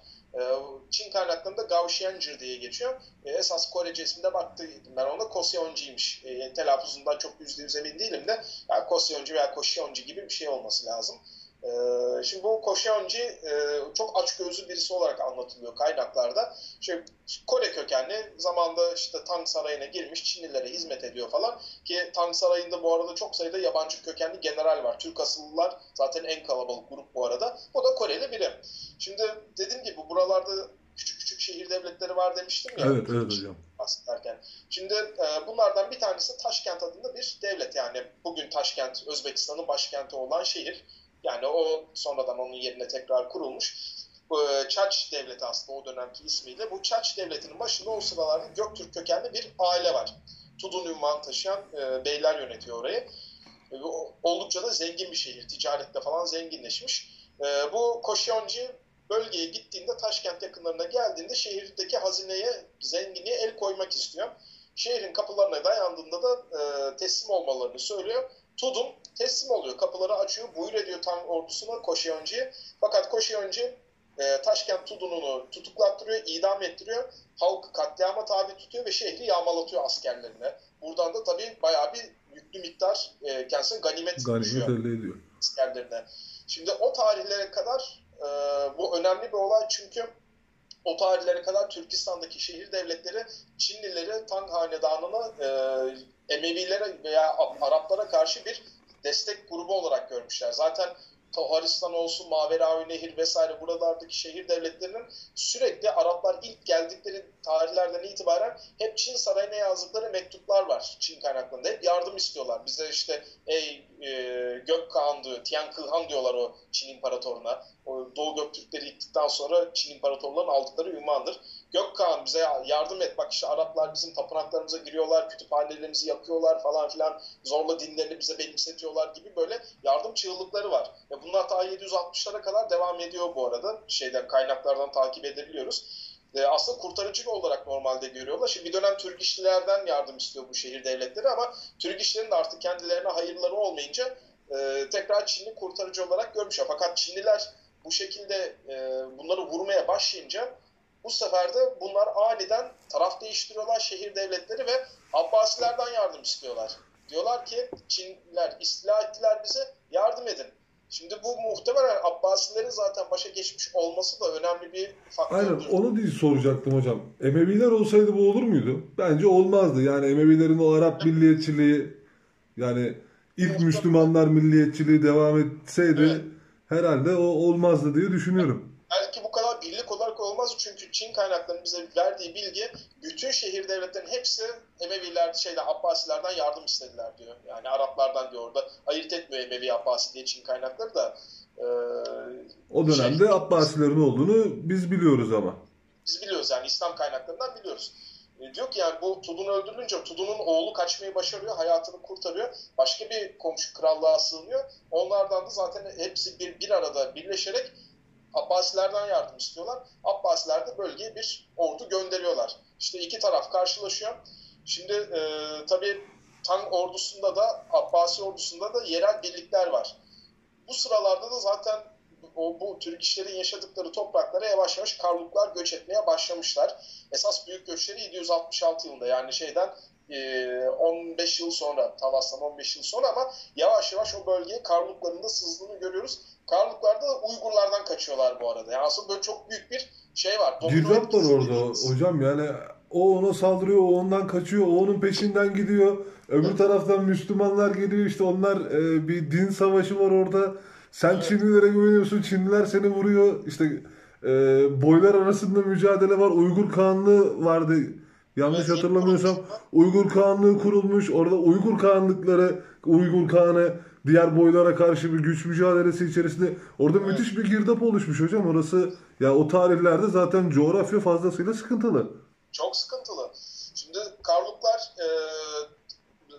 Çin kaynaklarında Gao Xianzhi diye geçiyor. Esas Korece isminde baktıydım ben ona. Koseonji'ymiş. E, telaffuzundan çok yüzde yüz emin değilim de yani Koseonji veya Koşionji gibi bir şey olması lazım. E, şimdi bu Koşionji e, çok açgözlü birisi olarak anlatılıyor kaynaklarda. Şimdi Kore kökenli, zamanda işte Tang Sarayı'na girmiş, Çinlilere hizmet ediyor falan. Ki Tang Sarayı'nda bu arada çok sayıda yabancı kökenli general var. Türk asıllılar zaten en kalabalık grup bu arada. O da Koreli biri. Şimdi dediğim gibi buralarda küçük küçük şehir devletleri var demiştim ya. Evet, evet hocam. Bahsederken. Şimdi e, bunlardan bir tanesi Taşkent adında bir devlet. Yani bugün Taşkent, Özbekistan'ın başkenti olan şehir. Yani o sonradan onun yerine tekrar kurulmuş. E, Çaç devleti aslında o dönemki ismiyle. Bu Çaç devletinin başında o sıralarda Göktürk kökenli bir aile var. Tudun ünvanı taşıyan e, beyler yönetiyor orayı. E, oldukça da zengin bir şehir. Ticarette falan zenginleşmiş. E, bu Koşyonji bölgeye gittiğinde, Taşkent yakınlarına geldiğinde şehirdeki hazineye, zenginliğe el koymak istiyor. Şehrin kapılarına dayandığında da e, teslim olmalarını söylüyor. Tudun teslim oluyor, kapıları açıyor, buyur ediyor Tang ordusuna, Koşyonji'ye. Fakat Koşyonji e, Taşkent Tudun'unu tutuklattırıyor, idam ettiriyor. Halkı katliama tabi tutuyor ve şehri yağmalatıyor askerlerine. Buradan da tabii bayağı bir yüklü miktar e, kendisine ganimet, Ganimet düşüyor elde ediyor askerlerine. Şimdi o tarihlere kadar e, bu önemli bir olay, çünkü o tarihlere kadar Türkistan'daki şehir devletleri Çinlileri Tang Hanedanı'na e, Emevilere veya Araplara karşı bir destek grubu olarak görmüşler. Zaten Toharistan olsun, Maveravi Nehir vesaire buralardaki şehir devletlerinin sürekli Araplar ilk geldikleri tarihlerden itibaren hep Çin sarayına yazdıkları mektuplar var Çin kaynaklarında. Hep yardım istiyorlar. Bize işte ey e, Gökhan diyor, Tian Kılhan diyorlar o Çin imparatoruna. O Doğu Göktürkleri yıktıktan sonra Çin imparatorlarının aldıkları ünvandır. Gökhan bize yardım et, bak işte Araplar bizim tapınaklarımıza giriyorlar, kütüphanelerimizi yakıyorlar falan filan, zorla dinlerini bize benimsetiyorlar gibi böyle yardım çığlıkları var. Ve bunlar ta yedi yüz altmışlara kadar devam ediyor bu arada. Şeyden, kaynaklardan takip edebiliyoruz. E, aslında kurtarıcı olarak normalde görüyorlar. Şimdi bir dönem Türk işçilerden yardım istiyor bu şehir devletleri ama Türk işçilerin de artık kendilerine hayırları olmayınca e, tekrar Çinli kurtarıcı olarak görmüşler. Fakat Çinliler bu şekilde e, bunları vurmaya başlayınca bu sefer de bunlar aniden taraf değiştiriyorlar şehir devletleri ve Abbasilerden yardım istiyorlar. Diyorlar ki Çinliler istila ettiler bize, yardım edin. Şimdi bu muhtemelen Abbasilerin zaten başa geçmiş olması da önemli bir faktördür. Aynen, onu değil soracaktım hocam. Emeviler olsaydı bu olur muydu? Bence olmazdı. Yani Emevilerin o Arap milliyetçiliği, yani ilk Müslümanlar milliyetçiliği devam etseydi evet, herhalde o olmazdı diye düşünüyorum. Belki bu kadar birlik olarak olmaz, çünkü Çin kaynaklarının bize verdiği bilgi bütün şehir devletlerinin hepsi Emeviler şeyden, Abbasilerden yardım istediler diyor. Yani Araplardan diyor, orada ayırt etmiyor Emevi Abbasi diye Çin kaynakları da. E, o dönemde şey, Abbasilerin olduğunu biz biliyoruz ama. Biz biliyoruz yani, İslam kaynaklarından biliyoruz. E, diyor ki yani bu Tudun öldürülünce Tudun'un oğlu kaçmayı başarıyor, hayatını kurtarıyor. Başka bir komşu krallığa sığınıyor. Onlardan da zaten hepsi bir, bir arada birleşerek Abbasilerden yardım istiyorlar. Abbasiler de bölgeye bir ordu gönderiyorlar. İşte iki taraf karşılaşıyor. Şimdi e, tabii Tang ordusunda da Abbasi ordusunda da yerel birlikler var. Bu sıralarda da zaten o, bu Türk işlerin yaşadıkları topraklara yavaş yavaş Karluklar göç etmeye başlamışlar. Esas büyük göçleri yedi yüz altmış altı yılında, yani şeyden on beş yıl sonra, Talas'tan on beş yıl sonra, ama yavaş yavaş o bölgeye Karlukların da sızdığını görüyoruz. Karluklar da Uygurlardan kaçıyorlar bu arada. Yani aslında böyle çok büyük bir şey var. Girdap var orada hocam, yani o ona saldırıyor, o ondan kaçıyor, o onun peşinden gidiyor. Öbür evet, taraftan Müslümanlar geliyor, işte onlar e, bir din savaşı var orada. Sen evet, Çinlilere güveniyorsun, Çinliler seni vuruyor. İşte e, boylar arasında mücadele var. Uygur Kağanlığı vardı. Yanlış evet, hatırlamıyorsam Uygur Kağanlığı kurulmuş. Orada Uygur Kağanlıkları, Uygur Kağan'ı diğer boylara karşı bir güç mücadelesi içerisinde orada evet, müthiş bir girdap oluşmuş hocam. Orası ya o tarihlerde zaten coğrafya fazlasıyla sıkıntılı. Çok sıkıntılı. Şimdi Karluklar e,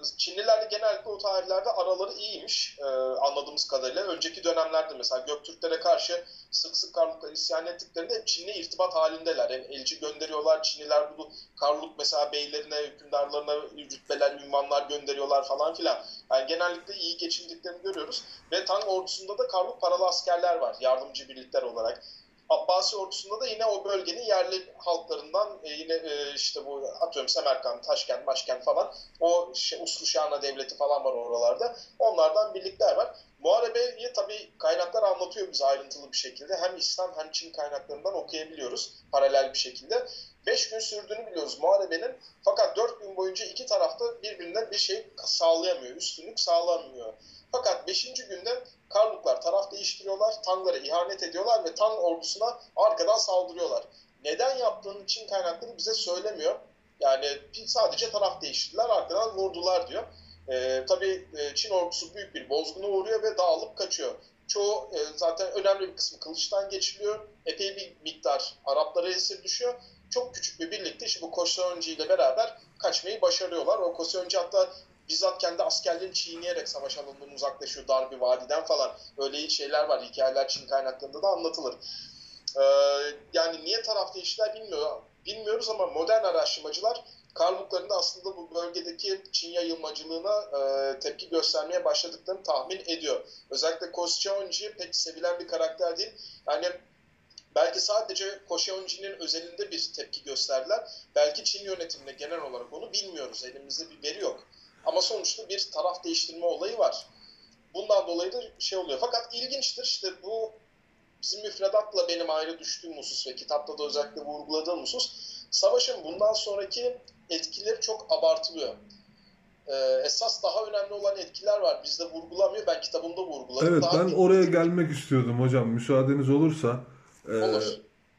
Çinlilerle genellikle o tarihlerde araları iyiymiş e, anladığımız kadarıyla. Önceki dönemlerde mesela Göktürklere karşı sık sık Karluklar isyan ettiklerinde hep Çin'le irtibat halindeler. Yani elçi gönderiyorlar. Çinliler bu Karluk mesela beylerine, hükümdarlarına rütbeler, ünvanlar gönderiyorlar falan filan. Yani genellikle iyi geçindiklerini görüyoruz. Ve Tang ordusunda da Karluk paralı askerler var yardımcı birlikler olarak. Abbasi ordusunda da yine o bölgenin yerli halklarından e, yine e, işte bu atıyorum Semerkant, Taşkent, Maşkent falan o şey, Usruşana devleti falan var oralarda. Onlardan birlikler var. Muharebeyi tabii kaynaklar anlatıyor bize ayrıntılı bir şekilde. Hem İslam hem Çin kaynaklarından okuyabiliyoruz paralel bir şekilde. Beş gün sürdüğünü biliyoruz muharebenin. Fakat dört gün boyunca iki tarafta birbirine bir şey sağlayamıyor, üstünlük sağlamıyor. Fakat beşinci günde Karluklar taraf değiştiriyorlar, Tanglara ihanet ediyorlar ve Tang ordusuna arkadan saldırıyorlar. Neden yaptığını Çin kaynakları bize söylemiyor. Yani sadece taraf değiştirdiler, arkadan vurdular diyor. Ee, tabii Çin ordusu büyük bir bozguna uğruyor ve dağılıp kaçıyor. Çoğu e, zaten önemli bir kısmı kılıçtan geçiliyor. Epey bir miktar Araplara esir düşüyor. Çok küçük bir birlikte işte bu Koşeonji ile beraber kaçmayı başarıyorlar. O Koşeonji hatta bizzat kendi askerlerini çiğneyerek savaş alanından uzaklaşıyor dar bir vadiden falan. Öyle şeyler var. Hikayeler Çin kaynaklarında da anlatılır. Ee, yani niye taraf değiştiler bilmiyor, bilmiyoruz ama modern araştırmacılar Karlukların da aslında bu bölgedeki Çin yayılmacılığına e, tepki göstermeye başladıklarını tahmin ediyor. Özellikle Koşeonji pek sevilen bir karakter değil. Yani belki sadece Koşeonji'nin özelinde bir tepki gösterdiler. Belki Çin yönetimine genel olarak onu bilmiyoruz. Elimizde bir veri yok. Ama sonuçta bir taraf değiştirme olayı var. Bundan dolayı da şey oluyor. Fakat ilginçtir işte bu bizim müfredatla benim ayrı düştüğüm husus ve kitapta da özellikle vurguladığım husus, savaşın bundan sonraki etkileri çok abartılıyor. Ee, esas daha önemli olan etkiler var. Bizde vurgulamıyor. Ben kitabımda vurguladım. Evet, Daha ben oraya gelmek istiyordum hocam, müsaadeniz olursa. Ee, olur.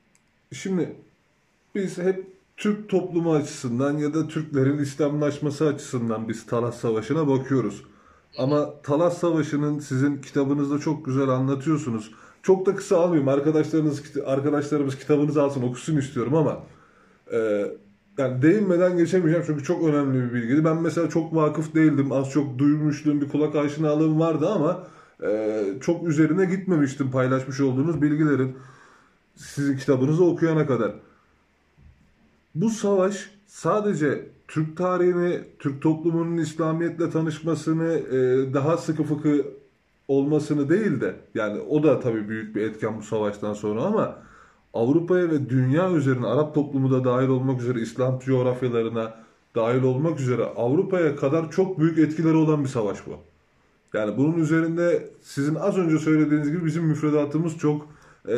Şimdi biz hep Türk toplumu açısından ya da Türklerin İslamlaşması açısından biz Talas Savaşı'na bakıyoruz. Ama Talas Savaşı'nın sizin kitabınızda çok güzel anlatıyorsunuz. Çok da kısa almayayım. Arkadaşlarınız, arkadaşlarımız kitabınızı alsın, okusun istiyorum ama e, yani değinmeden geçemeyeceğim çünkü çok önemli bir bilgiydi. Ben mesela çok vakıf değildim. Az çok duymuşluğum, bir kulak aşinalığım vardı ama e, çok üzerine gitmemiştim paylaşmış olduğunuz bilgilerin. Sizin kitabınızı okuyana kadar. Bu savaş sadece Türk tarihini, Türk toplumunun İslamiyet'le tanışmasını, e, daha sıkı fıkı olmasını değil de, yani o da tabii büyük bir etken bu savaştan sonra, ama Avrupa'ya ve dünya üzerine, Arap toplumu da dahil olmak üzere, İslam coğrafyalarına dahil olmak üzere Avrupa'ya kadar çok büyük etkileri olan bir savaş bu. Yani bunun üzerinde sizin az önce söylediğiniz gibi bizim müfredatımız çok e,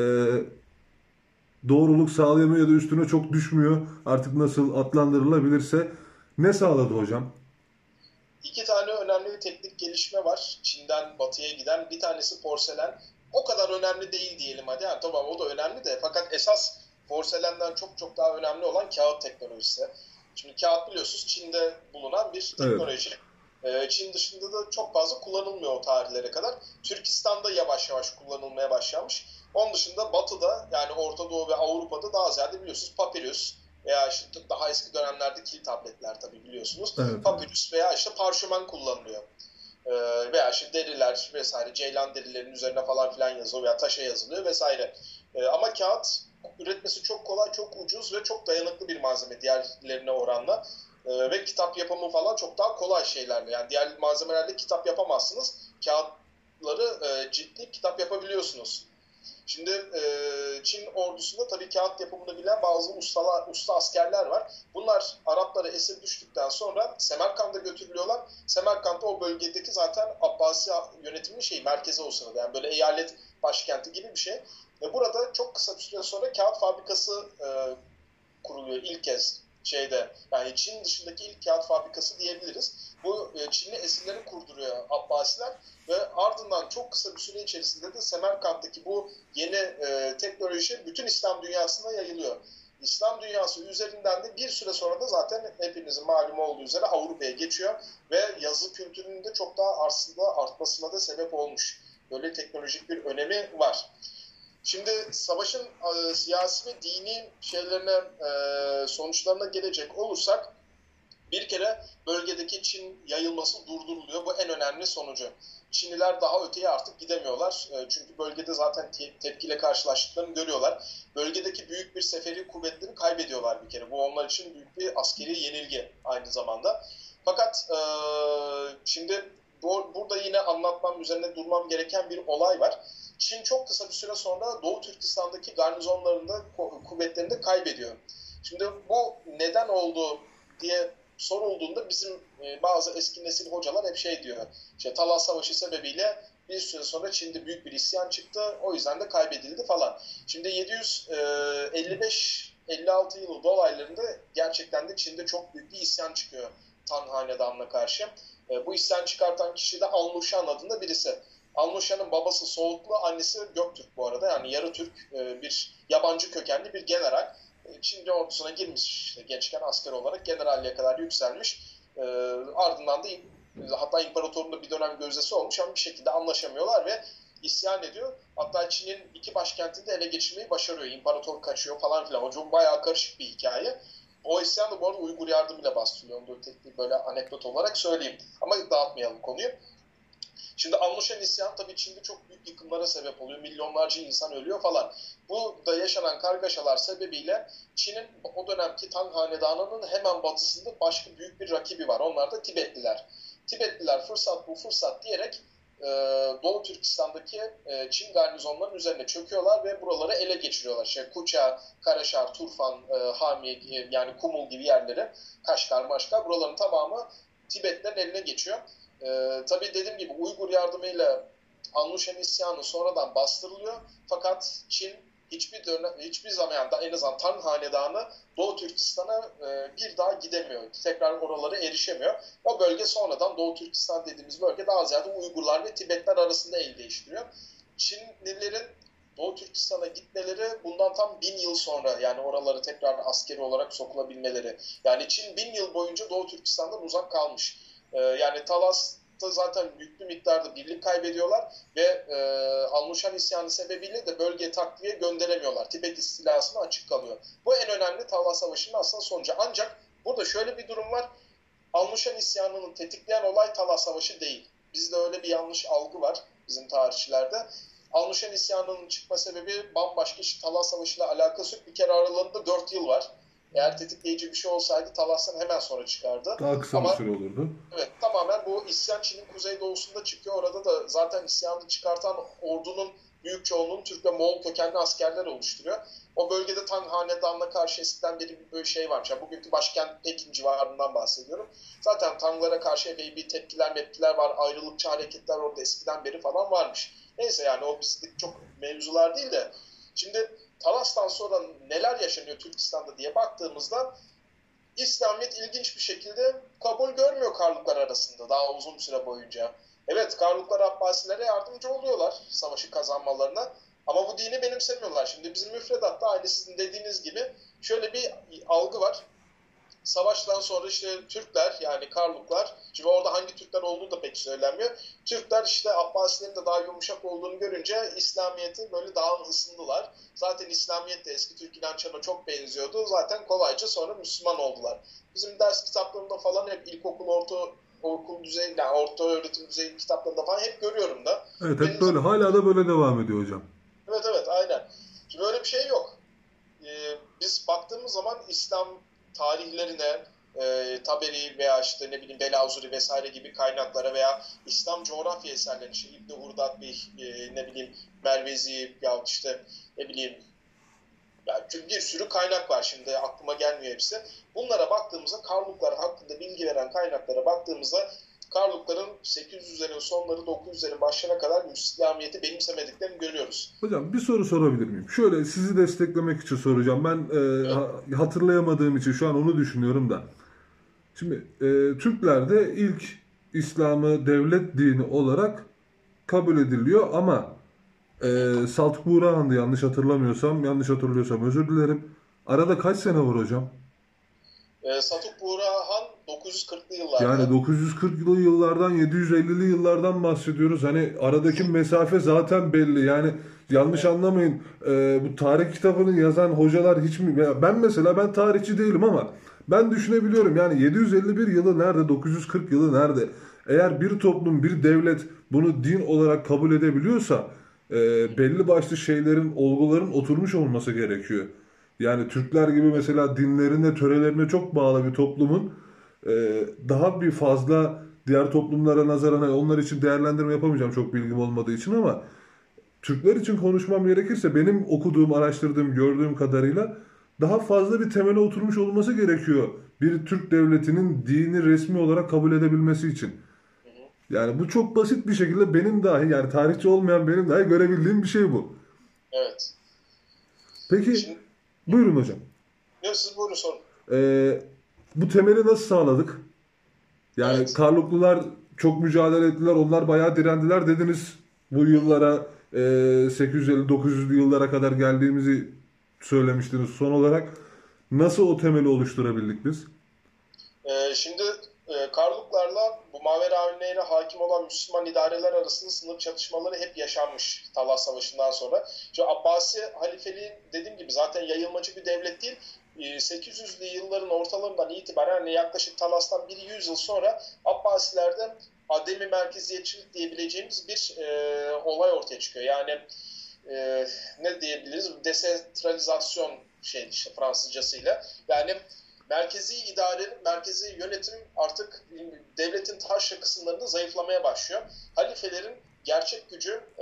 doğruluk sağlayamıyor ya da üstüne çok düşmüyor. Artık nasıl adlandırılabilirse. Ne sağladı hocam? İki tane önemli bir teknik gelişme var. Çin'den batıya giden. Bir tanesi porselen. O kadar önemli değil diyelim hadi. Yani tamam o da önemli de. Fakat esas porselenden çok çok daha önemli olan kağıt teknolojisi. Şimdi kağıt biliyorsunuz Çin'de bulunan bir teknoloji. Evet. Çin dışında da çok fazla kullanılmıyor o tarihlere kadar. Türkistan'da yavaş yavaş kullanılmaya başlamış. Onun dışında Batı'da yani Orta Doğu ve Avrupa'da daha ziyade biliyorsunuz papirüs veya işte daha eski dönemlerde kil tabletler tabii biliyorsunuz. Evet. Papirüs veya işte parşömen kullanılıyor. Ee, veya işte deriler vesaire, ceylan derilerinin üzerine falan filan yazılıyor veya taşa yazılıyor vesaire. Ee, ama kağıt üretmesi çok kolay, çok ucuz ve çok dayanıklı bir malzeme diğerlerine oranla. Ee, ve kitap yapımı falan çok daha kolay şeylerle. Yani diğer malzemelerle kitap yapamazsınız. Kağıtları e, ciltleyip kitap yapabiliyorsunuz. Şimdi e, Çin ordusunda tabii kağıt yapımını bilen bazı ustalar, usta askerler var. Bunlar Araplara esir düştükten sonra Semerkant'a götürülüyorlar. Semerkant'ta o bölgedeki zaten Abbasi yönetiminin şeyi, merkezi o sırada. Yani böyle eyalet başkenti gibi bir şey. Ve burada çok kısa bir süre sonra kağıt fabrikası e, kuruluyor ilk kez şeyde. Yani Çin dışındaki ilk kağıt fabrikası diyebiliriz. Bu e, Çinli esirleri kurduruyor Abbasiler. Ve ardından çok kısa bir süre içerisinde de Semerkant'taki bu yeni e, teknoloji bütün İslam dünyasına yayılıyor. İslam dünyası üzerinden de bir süre sonra da zaten hepinizin malumu olduğu üzere Avrupa'ya geçiyor ve yazı kültürünün de çok daha aslında artmasına da sebep olmuş. Böyle teknolojik bir önemi var. Şimdi savaşın e, siyasi ve dini şeylerine, e, sonuçlarına gelecek olursak Bir kere bölgedeki Çin yayılması durduruluyor. Bu en önemli sonucu. Çinliler daha öteye artık gidemiyorlar. Çünkü bölgede zaten tepkiyle karşılaştıklarını görüyorlar. Bölgedeki büyük bir seferi kuvvetlerini kaybediyorlar bir kere. Bu onlar için büyük bir askeri yenilgi aynı zamanda. Fakat e, şimdi bu, burada yine anlatmam, üzerine durmam gereken bir olay var. Çin çok kısa bir süre sonra Doğu Türkistan'daki garnizonlarında, kuvvetlerini de kaybediyor. Şimdi bu neden oldu diye sorulduğunda bizim bazı eski nesil hocalar hep şey diyor. İşte Talas Savaşı sebebiyle bir süre sonra Çin'de büyük bir isyan çıktı. O yüzden de kaybedildi falan. Şimdi yedi yüz elli beş elli altı yılı dolaylarında gerçekten de Çin'de çok büyük bir isyan çıkıyor Tang Hanedanı'na karşı. Bu isyan çıkartan kişi de Anlushan adında birisi. Anlushan'ın babası Soğutlu, annesi Göktürk bu arada. Yani yarı Türk, bir yabancı kökenli bir general. Çin ordusuna girmiş işte gençken asker olarak generalliğe kadar yükselmiş. E, ardından da hatta imparatorun da bir dönem gözdesi olmuş ama bir şekilde anlaşamıyorlar ve isyan ediyor. Hatta Çin'in iki başkentini de ele geçirmeyi başarıyor. İmparator kaçıyor falan filan. O çok bayağı karışık bir hikaye. O isyan da bu arada Uygur yardımıyla bastırılıyor. Onu da tek bir böyle anekdot olarak söyleyeyim. Ama dağıtmayalım konuyu. Şimdi Anlushan isyanı tabii Çin'de çok büyük yıkımlara sebep oluyor. Milyonlarca insan ölüyor falan. Bu da yaşanan kargaşalar sebebiyle Çin'in o dönemki Tang Hanedanı'nın hemen batısında başka büyük bir rakibi var. Onlar da Tibetliler. Tibetliler fırsat bu fırsat diyerek e, Doğu Türkistan'daki e, Çin garnizonlarının üzerine çöküyorlar ve buraları ele geçiriyorlar. İşte Kucha, Karaşar, Turfan, e, Hami e, yani Kumul gibi yerleri, Kaşgar, Maşgar buraların tamamı Tibetlerin eline geçiyor. Ee, tabii dediğim gibi Uygur yardımıyla Anlushan isyanı sonradan bastırılıyor. Fakat Çin hiçbir dönem, hiçbir zaman yani en azından Tang Hanedanı Doğu Türkistan'a e, bir daha gidemiyor. Tekrar oralara erişemiyor. O bölge sonradan Doğu Türkistan dediğimiz bölge daha ziyade Uygurlar ve Tibetler arasında el değiştiriyor. Çinlilerin Doğu Türkistan'a gitmeleri bundan tam bin yıl sonra, yani oraları tekrar askeri olarak sokulabilmeleri. Yani Çin bin yıl boyunca Doğu Türkistan'dan uzak kalmış. Yani Talas'ta zaten büyük bir miktarda birlik kaybediyorlar ve e, Anlushan isyanı sebebiyle de bölgeye takviye gönderemiyorlar. Tibet istilasına açık kalıyor. Bu en önemli Talas Savaşı'nın aslında sonucu. Ancak burada şöyle bir durum var. Anlushan isyanını tetikleyen olay Talas Savaşı değil. Bizde öyle bir yanlış algı var bizim tarihçilerde. Anlushan isyanının çıkma sebebi bambaşka. İşte Talas Savaşı'yla alakası yok. Bir kere aralarında dört yıl var. Eğer tetikleyici bir şey olsaydı Talas'tan hemen sonra çıkardı. Daha kısa Ama, bir süre olurdu. Evet, tamamen bu isyan Çin'in kuzeydoğusunda çıkıyor. Orada da zaten isyanı çıkartan ordunun büyük çoğunluğunu Türk ve Moğol kökenli askerler oluşturuyor. O bölgede Tang Hanedanı'na karşı eskiden beri bir böyle şey varmış. Yani bugünkü başkent Pekin civarından bahsediyorum. Zaten Tanglara karşı epey bir tepkiler mepkiler var. Ayrılıkçı hareketler orada eskiden beri falan varmış. Neyse yani o bizlik çok mevzular değil de. Şimdi Talas'tan sonra neler yaşanıyor Türkistan'da diye baktığımızda İslamiyet ilginç bir şekilde kabul görmüyor Karluklar arasında daha uzun bir süre boyunca. Evet, Karluklar Abbasilere yardımcı oluyorlar savaşı kazanmalarına ama bu dini benimsemiyorlar. Şimdi bizim müfredatta aynı sizin dediğiniz gibi şöyle bir algı var. Savaştan sonra işte Türkler, yani Karluklar, şimdi orada hangi Türkler olduğu da pek söylenmiyor. Türkler işte Abbasilerin de daha yumuşak olduğunu görünce İslamiyet'i böyle daha ısındılar. Zaten İslamiyet de eski Türk inançlarına çok benziyordu. Zaten kolayca sonra Müslüman oldular. Bizim ders kitaplarında falan hep ilkokul, orta okul düzeyi, yani orta öğretim düzeyi kitaplarında falan hep görüyorum da. Evet, hep böyle. Hala da böyle devam ediyor hocam. Evet evet aynen. Şimdi öyle bir şey yok. Ee, biz baktığımız zaman İslam tarihlerine, e, Taberi veya işte ne bileyim Belazuri vesaire gibi kaynaklara veya İslam coğrafya eserlerine, işte İbn-i Hurdat bir e, ne bileyim Mervezi ya işte ne bileyim yani bir sürü kaynak var, şimdi aklıma gelmiyor hepsi. Bunlara baktığımızda Karluklar hakkında bilgi veren kaynaklara baktığımızda Karlukların sekiz yüzlerin sonları dokuz yüzlerin başlarına kadar İslamiyet'i benimsemediklerini görüyoruz. Hocam bir soru sorabilir miyim? Şöyle sizi desteklemek için soracağım. Ben e, evet. hatırlayamadığım için şu an onu düşünüyorum da. Şimdi e, Türklerde ilk İslam'ı devlet dini olarak kabul ediliyor ama e, Saltuk Buğrahan'dı yanlış hatırlamıyorsam, yanlış hatırlıyorsam özür dilerim. Arada kaç sene var hocam? E, Saltuk Buğrahan dokuz yüz kırklı yıllarda. Yani dokuz yüz kırklı yıllardan, yedi yüz ellili yıllardan bahsediyoruz. Hani aradaki mesafe zaten belli. Yani yanlış evet. anlamayın. E, bu tarih kitabını yazan hocalar hiç mi? Ben mesela ben tarihçi değilim ama ben düşünebiliyorum. Yani yedi yüz elli bir yılı nerede, dokuz yüz kırk yılı nerede? Eğer bir toplum, bir devlet bunu din olarak kabul edebiliyorsa e, belli başlı şeylerin, olguların oturmuş olması gerekiyor. Yani Türkler gibi mesela dinlerine, törelerine çok bağlı bir toplumun e, daha bir fazla diğer toplumlara nazaran, hani onlar için değerlendirme yapamayacağım çok bilgim olmadığı için, ama Türkler için konuşmam gerekirse benim okuduğum, araştırdığım, gördüğüm kadarıyla daha fazla bir temele oturmuş olması gerekiyor bir Türk devletinin dini resmi olarak kabul edebilmesi için. Hı hı. Yani bu çok basit bir şekilde benim dahi, yani tarihçi olmayan benim dahi görebildiğim bir şey bu. Evet. Peki, Şimdi buyurun hocam. yok, siz buyurun sorun. Ee, Bu temeli nasıl sağladık? Yani Evet. Karluklular çok mücadele ettiler, onlar bayağı direndiler dediniz. Bu yıllara e, sekiz yüz elli dokuz yüzlü yıllara kadar geldiğimizi söylemiştiniz. Son olarak nasıl o temeli oluşturabildik biz? Ee, şimdi e, Karluklarla bu Maveravi Nehri'ne hakim olan Müslüman idareler arasında sınır çatışmaları hep yaşanmış Talas Savaşı'ndan sonra. Şu Abbasi halifeliği dediğim gibi zaten yayılmacı bir devlet değil. Ee, sekiz yüzlü yılların ortalarından itibaren yani yaklaşık Talas'tan bir yüz yıl sonra Abbasilerde ademi merkeziyetçilik diyebileceğimiz bir e, olay ortaya çıkıyor. Yani e, ne diyebiliriz? Desentralizasyon şey işte Fransızcasıyla. Yani merkezi idare, merkezi yönetim artık devletin taşra kısımlarında zayıflamaya başlıyor. Halifelerin gerçek gücü e,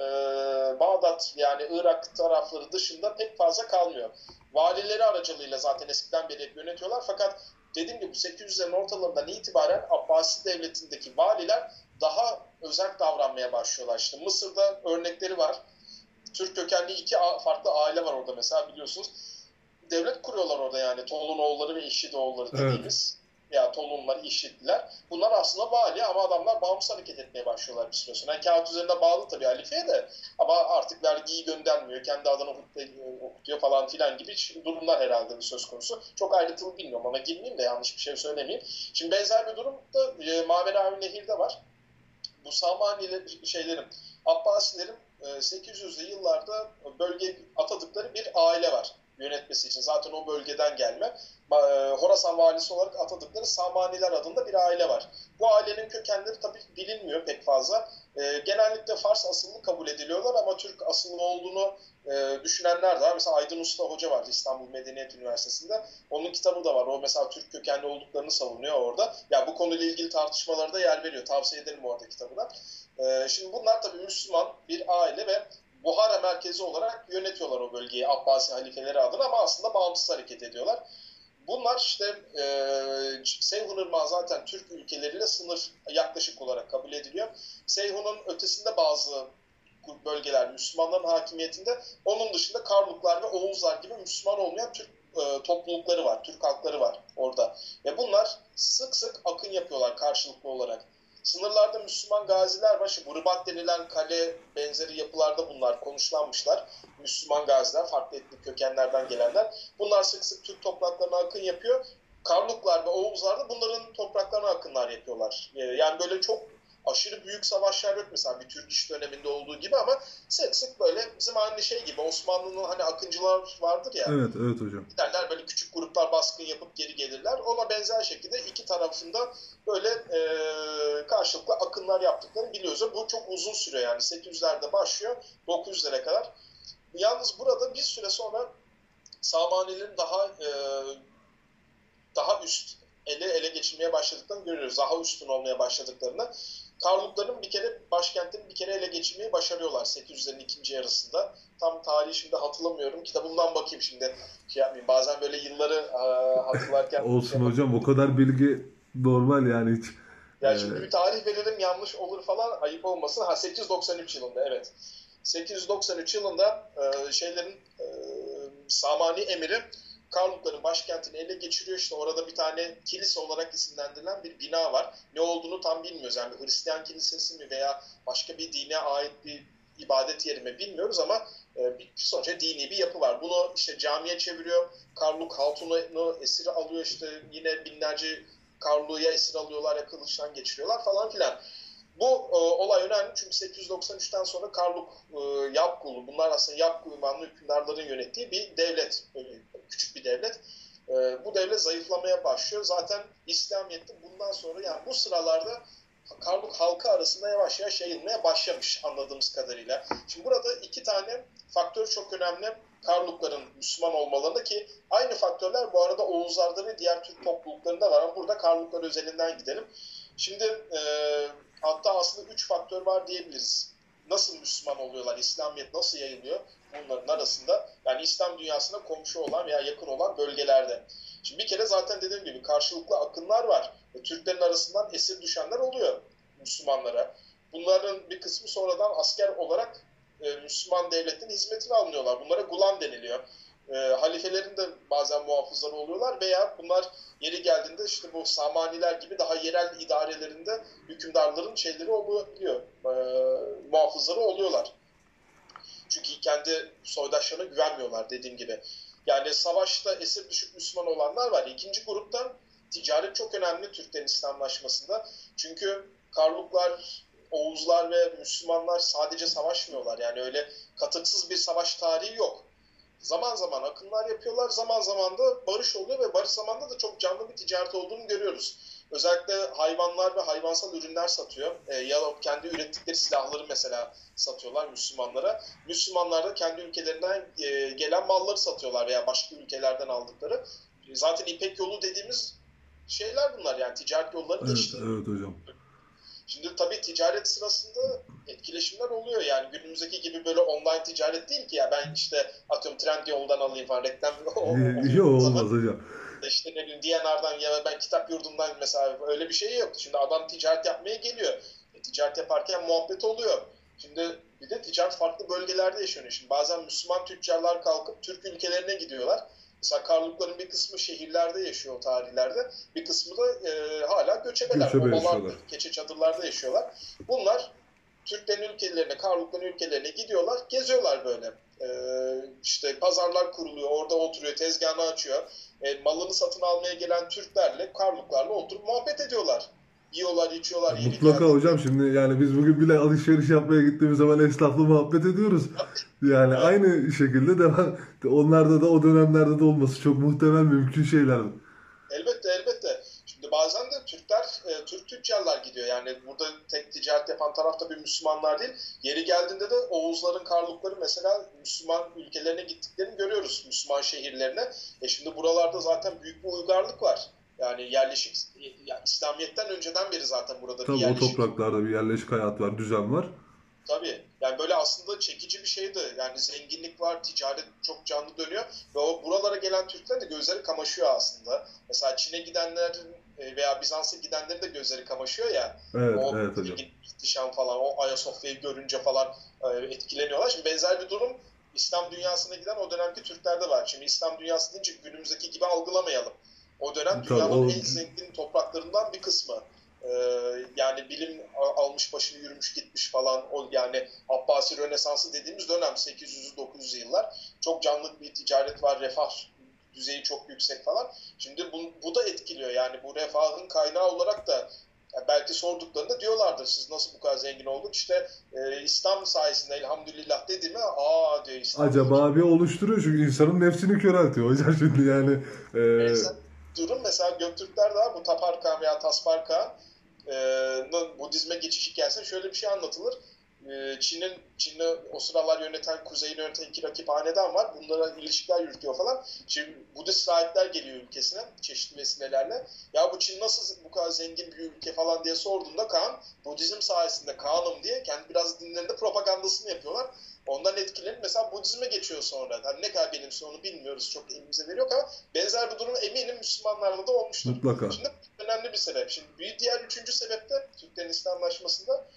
Bağdat yani Irak tarafları dışında pek fazla kalmıyor. Valileri aracılığıyla zaten eskiden beri hep yönetiyorlar fakat dediğim gibi sekiz yüzlerin ortalarından itibaren Abbasi devletindeki valiler daha özel davranmaya başlıyorlar. İşte Mısır'da örnekleri var. Türk kökenli iki farklı aile var orada mesela biliyorsunuz. Devlet kuruyorlar orada yani. Tolunoğulları ve İşidoğulları Evet. dediğimiz. Ya Tolunlar, İşitliler. Bunlar aslında vali ama adamlar bağımsız hareket etmeye başlıyorlar bir süre sonra. Yani kağıt üzerinde bağlı tabii halifeye de ama artık vergiyi göndermiyor. Kendi adına okutuyor falan filan gibi durumlar herhalde bir söz konusu. Çok ayrıntılı bilmiyorum ama girmeyeyim de yanlış bir şey söylemeyeyim. Şimdi benzer bir durum da e, Maveravi Nehir'de var. Bu Samani'li şeylerin, Abbasilerin sekiz yüzlü yıllarda bölge atadıkları bir aile var yönetmesi için. Zaten o bölgeden gelme. Horasan valisi olarak atadıkları Samaniler adında bir aile var. Bu ailenin kökenleri tabii bilinmiyor pek fazla. Genellikle Fars asıllı kabul ediliyorlar ama Türk asıllı olduğunu düşünenler de var. Mesela Aydın Usta Hoca var İstanbul Medeniyet Üniversitesi'nde. Onun kitabı da var. O mesela Türk kökenli olduklarını savunuyor orada. Ya yani bu konuyla ilgili tartışmalara da yer veriyor. Tavsiye ederim orada kitabına. Şimdi bunlar tabii Müslüman bir aile ve Buhara merkezi olarak yönetiyorlar o bölgeyi Abbasi halifeleri adına ama aslında bağımsız hareket ediyorlar. Bunlar işte e, Seyhun Irmağı zaten Türk ülkeleriyle sınır yaklaşık olarak kabul ediliyor. Seyhun'un ötesinde bazı bölgeler Müslümanların hakimiyetinde. Onun dışında Karluklar ve Oğuzlar gibi Müslüman olmayan Türk e, toplulukları var, Türk halkları var orada. Ve bunlar sık sık akın yapıyorlar karşılıklı olarak. Sınırlarda Müslüman gaziler var. Şimdi Hırbat denilen kale benzeri yapılarda bunlar konuşlanmışlar. Müslüman gaziler, farklı etnik kökenlerden gelenler. Bunlar sık sık Türk topraklarına akın yapıyor. Karluklar ve Oğuzlar da bunların topraklarına akınlar yapıyorlar. Yani böyle çok aşırı büyük savaşlar yok mesela bir Türk iş döneminde olduğu gibi ama sık sık böyle bizim aynı şey gibi Osmanlı'nın hani akıncılar vardır ya. Evet, evet hocam. Giderler böyle küçük gruplar baskın yapıp geri gelirler. Ona benzer şekilde iki tarafında böyle e, karşılıklı akınlar yaptıklarını biliyoruz. Bu çok uzun sürüyor yani sekiz yüzlerde başlıyor dokuz yüzlere kadar. Yalnız burada bir süre sonra Samanilerin daha e, daha üst ele ele geçirmeye başladıklarını görüyoruz. Daha üstün olmaya başladıklarını. Karlukların bir kere başkentini bir kere ele geçirmeyi başarıyorlar sekiz yüzlerin ikinci yarısında. Tam tarihi şimdi hatırlamıyorum. Kitabımdan bakayım şimdi. Şey yapmayayım. Bazen böyle yılları a, hatırlarken... Olsun şey hocam, o kadar bilgi normal yani hiç. Ya yani şimdi bir tarih verelim yanlış olur falan ayıp olmasın. Ha sekiz yüz doksan üç yılında evet. sekiz yüz doksan üç yılında e, şeylerin e, Samani emiri Karlukların başkentini ele geçiriyor. İşte orada bir tane kilise olarak isimlendirilen bir bina var. Ne olduğunu tam bilmiyoruz. Yani Hristiyan kilisesi mi veya başka bir dine ait bir ibadet yeri mi bilmiyoruz ama e, bir sonuçta dini bir yapı var. Bunu işte camiye çeviriyor. Karluk Hatun'u esir alıyor. İşte yine binlerce Karluk'ya esir alıyorlar. Ya kılıçtan geçiriyorlar falan filan. Bu e, olay önemli çünkü sekiz yüz doksan üçten sonra Karluk e, Yapkulu, bunlar aslında Yapkulu ünvanlı hükümdarların yönettiği bir devlet, böyle küçük bir devlet. e, bu devlet zayıflamaya başlıyor. Zaten İslamiyet'te bundan sonra yani bu sıralarda Karluk halkı arasında yavaş yavaş yayılmaya başlamış anladığımız kadarıyla. Şimdi burada iki tane faktör çok önemli. Karlukların Müslüman olmalarında ki aynı faktörler bu arada Oğuzlarda ve diğer Türk topluluklarında var ama burada Karluklar özelinden gidelim. Şimdi e, hatta aslında üç faktör var diyebiliriz. Nasıl Müslüman oluyorlar? İslamiyet nasıl yayılıyor? Bunların arasında yani İslam dünyasına komşu olan veya yakın olan bölgelerde. Şimdi bir kere zaten dediğim gibi karşılıklı akınlar var. E, Türklerin arasından esir düşenler oluyor Müslümanlara. Bunların bir kısmı sonradan asker olarak e, Müslüman devletin hizmetine alınıyorlar. Bunlara gulam deniliyor. E, halifelerin de bazen muhafızları oluyorlar veya bunlar yeri geldiğinde işte bu Samaniler gibi daha yerel idarelerinde hükümdarların şeyleri oluyor, e, muhafızları oluyorlar. Çünkü kendi soydaşlarına güvenmiyorlar dediğim gibi. Yani savaşta esir düşüp Müslüman olanlar var. İkinci gruptan ticaret çok önemli Türklerin İslamlaşmasında. Çünkü Karluklar, Oğuzlar ve Müslümanlar sadece savaşmıyorlar. Yani öyle katıksız bir savaş tarihi yok. Zaman zaman akınlar yapıyorlar, zaman zaman da barış oluyor ve barış zamanında da çok canlı bir ticaret olduğunu görüyoruz. Özellikle hayvanlar ve hayvansal ürünler satıyor. E, ya da kendi ürettikleri silahları mesela satıyorlar Müslümanlara. Müslümanlar da kendi ülkelerinden e, gelen malları satıyorlar veya başka ülkelerden aldıkları. Zaten İpek yolu dediğimiz şeyler bunlar yani ticaret yolları da Evet, işte. evet hocam. Şimdi tabii ticaret sırasında etkileşimler oluyor yani günümüzdeki gibi böyle online ticaret değil ki ya ben işte atıyorum Trendyol'dan alayım falan reklam Yok olmaz hocam. işte ne bileyim D and R'dan ya ben kitap yurdundan mesela öyle bir şey yok. Şimdi adam ticaret yapmaya geliyor. E, ticaret yaparken muhabbet oluyor. Şimdi bir de ticaret farklı bölgelerde yaşanıyor. Şimdi bazen Müslüman tüccarlar kalkıp Türk ülkelerine gidiyorlar. Mesela Karlukların bir kısmı şehirlerde yaşıyor o tarihlerde. Bir kısmı da e, hala göçebeler. Göçebe Obalarda, yaşıyorlar. keçe çadırlarda yaşıyorlar. Bunlar Türklerin ülkelerine, Karlukların ülkelerine gidiyorlar. Geziyorlar böyle. E, işte pazarlar kuruluyor. Orada oturuyor. Tezgahını açıyor. E, malını satın almaya gelen Türklerle, Karluklarla oturup muhabbet ediyorlar. Yiyorlar, içiyorlar. Ya Yeri mutlaka geldiğinde. hocam şimdi yani biz bugün bile alışveriş yapmaya gittiğimiz zaman esnafla muhabbet ediyoruz. Yani Evet. aynı şekilde devam. Onlarda da o dönemlerde de olması çok muhtemel mümkün şeyler. Elbette elbette. Şimdi bazen de Türkler, e, Türk tüccarlar gidiyor. Yani burada tek ticaret yapan taraf da bir Müslümanlar değil. Yeri geldiğinde de Oğuzların, Karlukları mesela Müslüman ülkelerine gittiklerini görüyoruz. Müslüman şehirlerine. E şimdi buralarda zaten büyük bir uygarlık var. Yani yerleşik, yani İslamiyet'ten önceden beri zaten burada bir Tabii o yerleşik. topraklarda bir yerleşik hayat var, düzen var. Tabii. Yani böyle aslında çekici bir şeydi. Yani zenginlik var, ticaret çok canlı dönüyor. Ve o buralara gelen Türkler de gözleri kamaşıyor aslında. Mesela Çin'e gidenler veya Bizans'a gidenlerin de gözleri kamaşıyor ya. Evet, O evet hocam. ihtişam falan, o Ayasofya'yı görünce falan etkileniyorlar. Şimdi benzer bir durum İslam dünyasına giden o dönemki Türklerde var. Şimdi İslam dünyası deyince günümüzdeki gibi algılamayalım. O dönem Tabii dünyanın o en zengin topraklarından bir kısmı. Yani bilim almış başını yürümüş gitmiş falan o yani Abbasi Rönesansı dediğimiz dönem sekiz yüzlü dokuz yüzlü yıllar çok canlı bir ticaret var, refah düzeyi çok yüksek falan. Şimdi bu, bu da etkiliyor yani bu refahın kaynağı olarak da yani belki sorduklarında diyorlardır siz nasıl bu kadar zengin olduk işte e, İslam sayesinde elhamdülillah dedi mi aa diyor İslam. acaba bir oluşturuyor çünkü insanın nefsini köreltiyor hocam şimdi yani. E... Mesela, durum mesela Göktürkler de var bu Taparkan veya Tasparkan Budizme geçiş hikayesinde şöyle bir şey anlatılır. Çin'in Çin'de o sıralar yöneten, kuzeyini yöneten iki rakip hanedan var. Bunlara ilişkiler yürütüyor falan. Şimdi Budist rahipler geliyor ülkesine çeşitli vesilelerle. Ya bu Çin nasıl bu kadar zengin bir ülke falan diye sorduğunda Kaan, Budizm sayesinde Kaan'ım diye kendi biraz dinlerinde propagandasını yapıyorlar. Ondan etkilenip mesela Budizme geçiyor sonra. Yani ne kadar benimse onu bilmiyoruz. Çok elimize veriyor ama benzer bir durum eminim Müslümanlarla da olmuştur. Mutlaka. Şimdi önemli bir sebep. Şimdi bir diğer üçüncü sebep de Türklerin İslamlaşmasında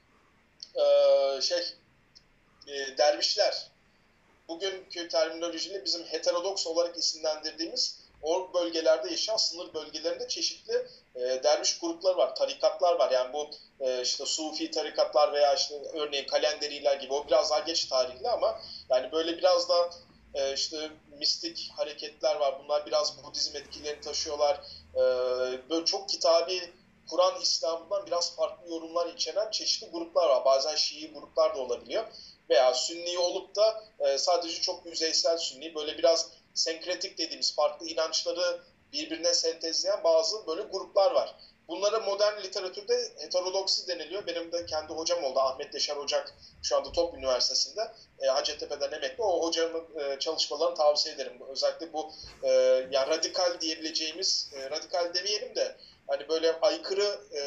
ee, şey e, dervişler. Bugünkü terminolojiyle bizim heterodoks olarak isimlendirdiğimiz o bölgelerde yaşayan sınır bölgelerinde çeşitli e, derviş grupları var, tarikatlar var. Yani bu e, işte Sufi tarikatlar veya işte örneğin Kalenderiler gibi o biraz daha geç tarihli ama yani böyle biraz da e, işte mistik hareketler var. Bunlar biraz Budizm etkilerini taşıyorlar. E, böyle çok kitabi Kur'an İslam'dan biraz farklı yorumlar içeren çeşitli gruplar var. Bazen Şii gruplar da olabiliyor. Veya Sünni olup da e, sadece çok yüzeysel Sünni, böyle biraz senkretik dediğimiz farklı inançları birbirine sentezleyen bazı böyle gruplar var. Bunlara modern literatürde heterodoksi deniliyor. Benim de kendi hocam oldu, Ahmet Yaşar Ocak, şu anda Top Üniversitesi'nde. E, Hacettepe'den emekli. O hocamın e, çalışmalarını tavsiye ederim. Özellikle bu e, yani radikal diyebileceğimiz, e, radikal demeyelim de hani böyle aykırı, e,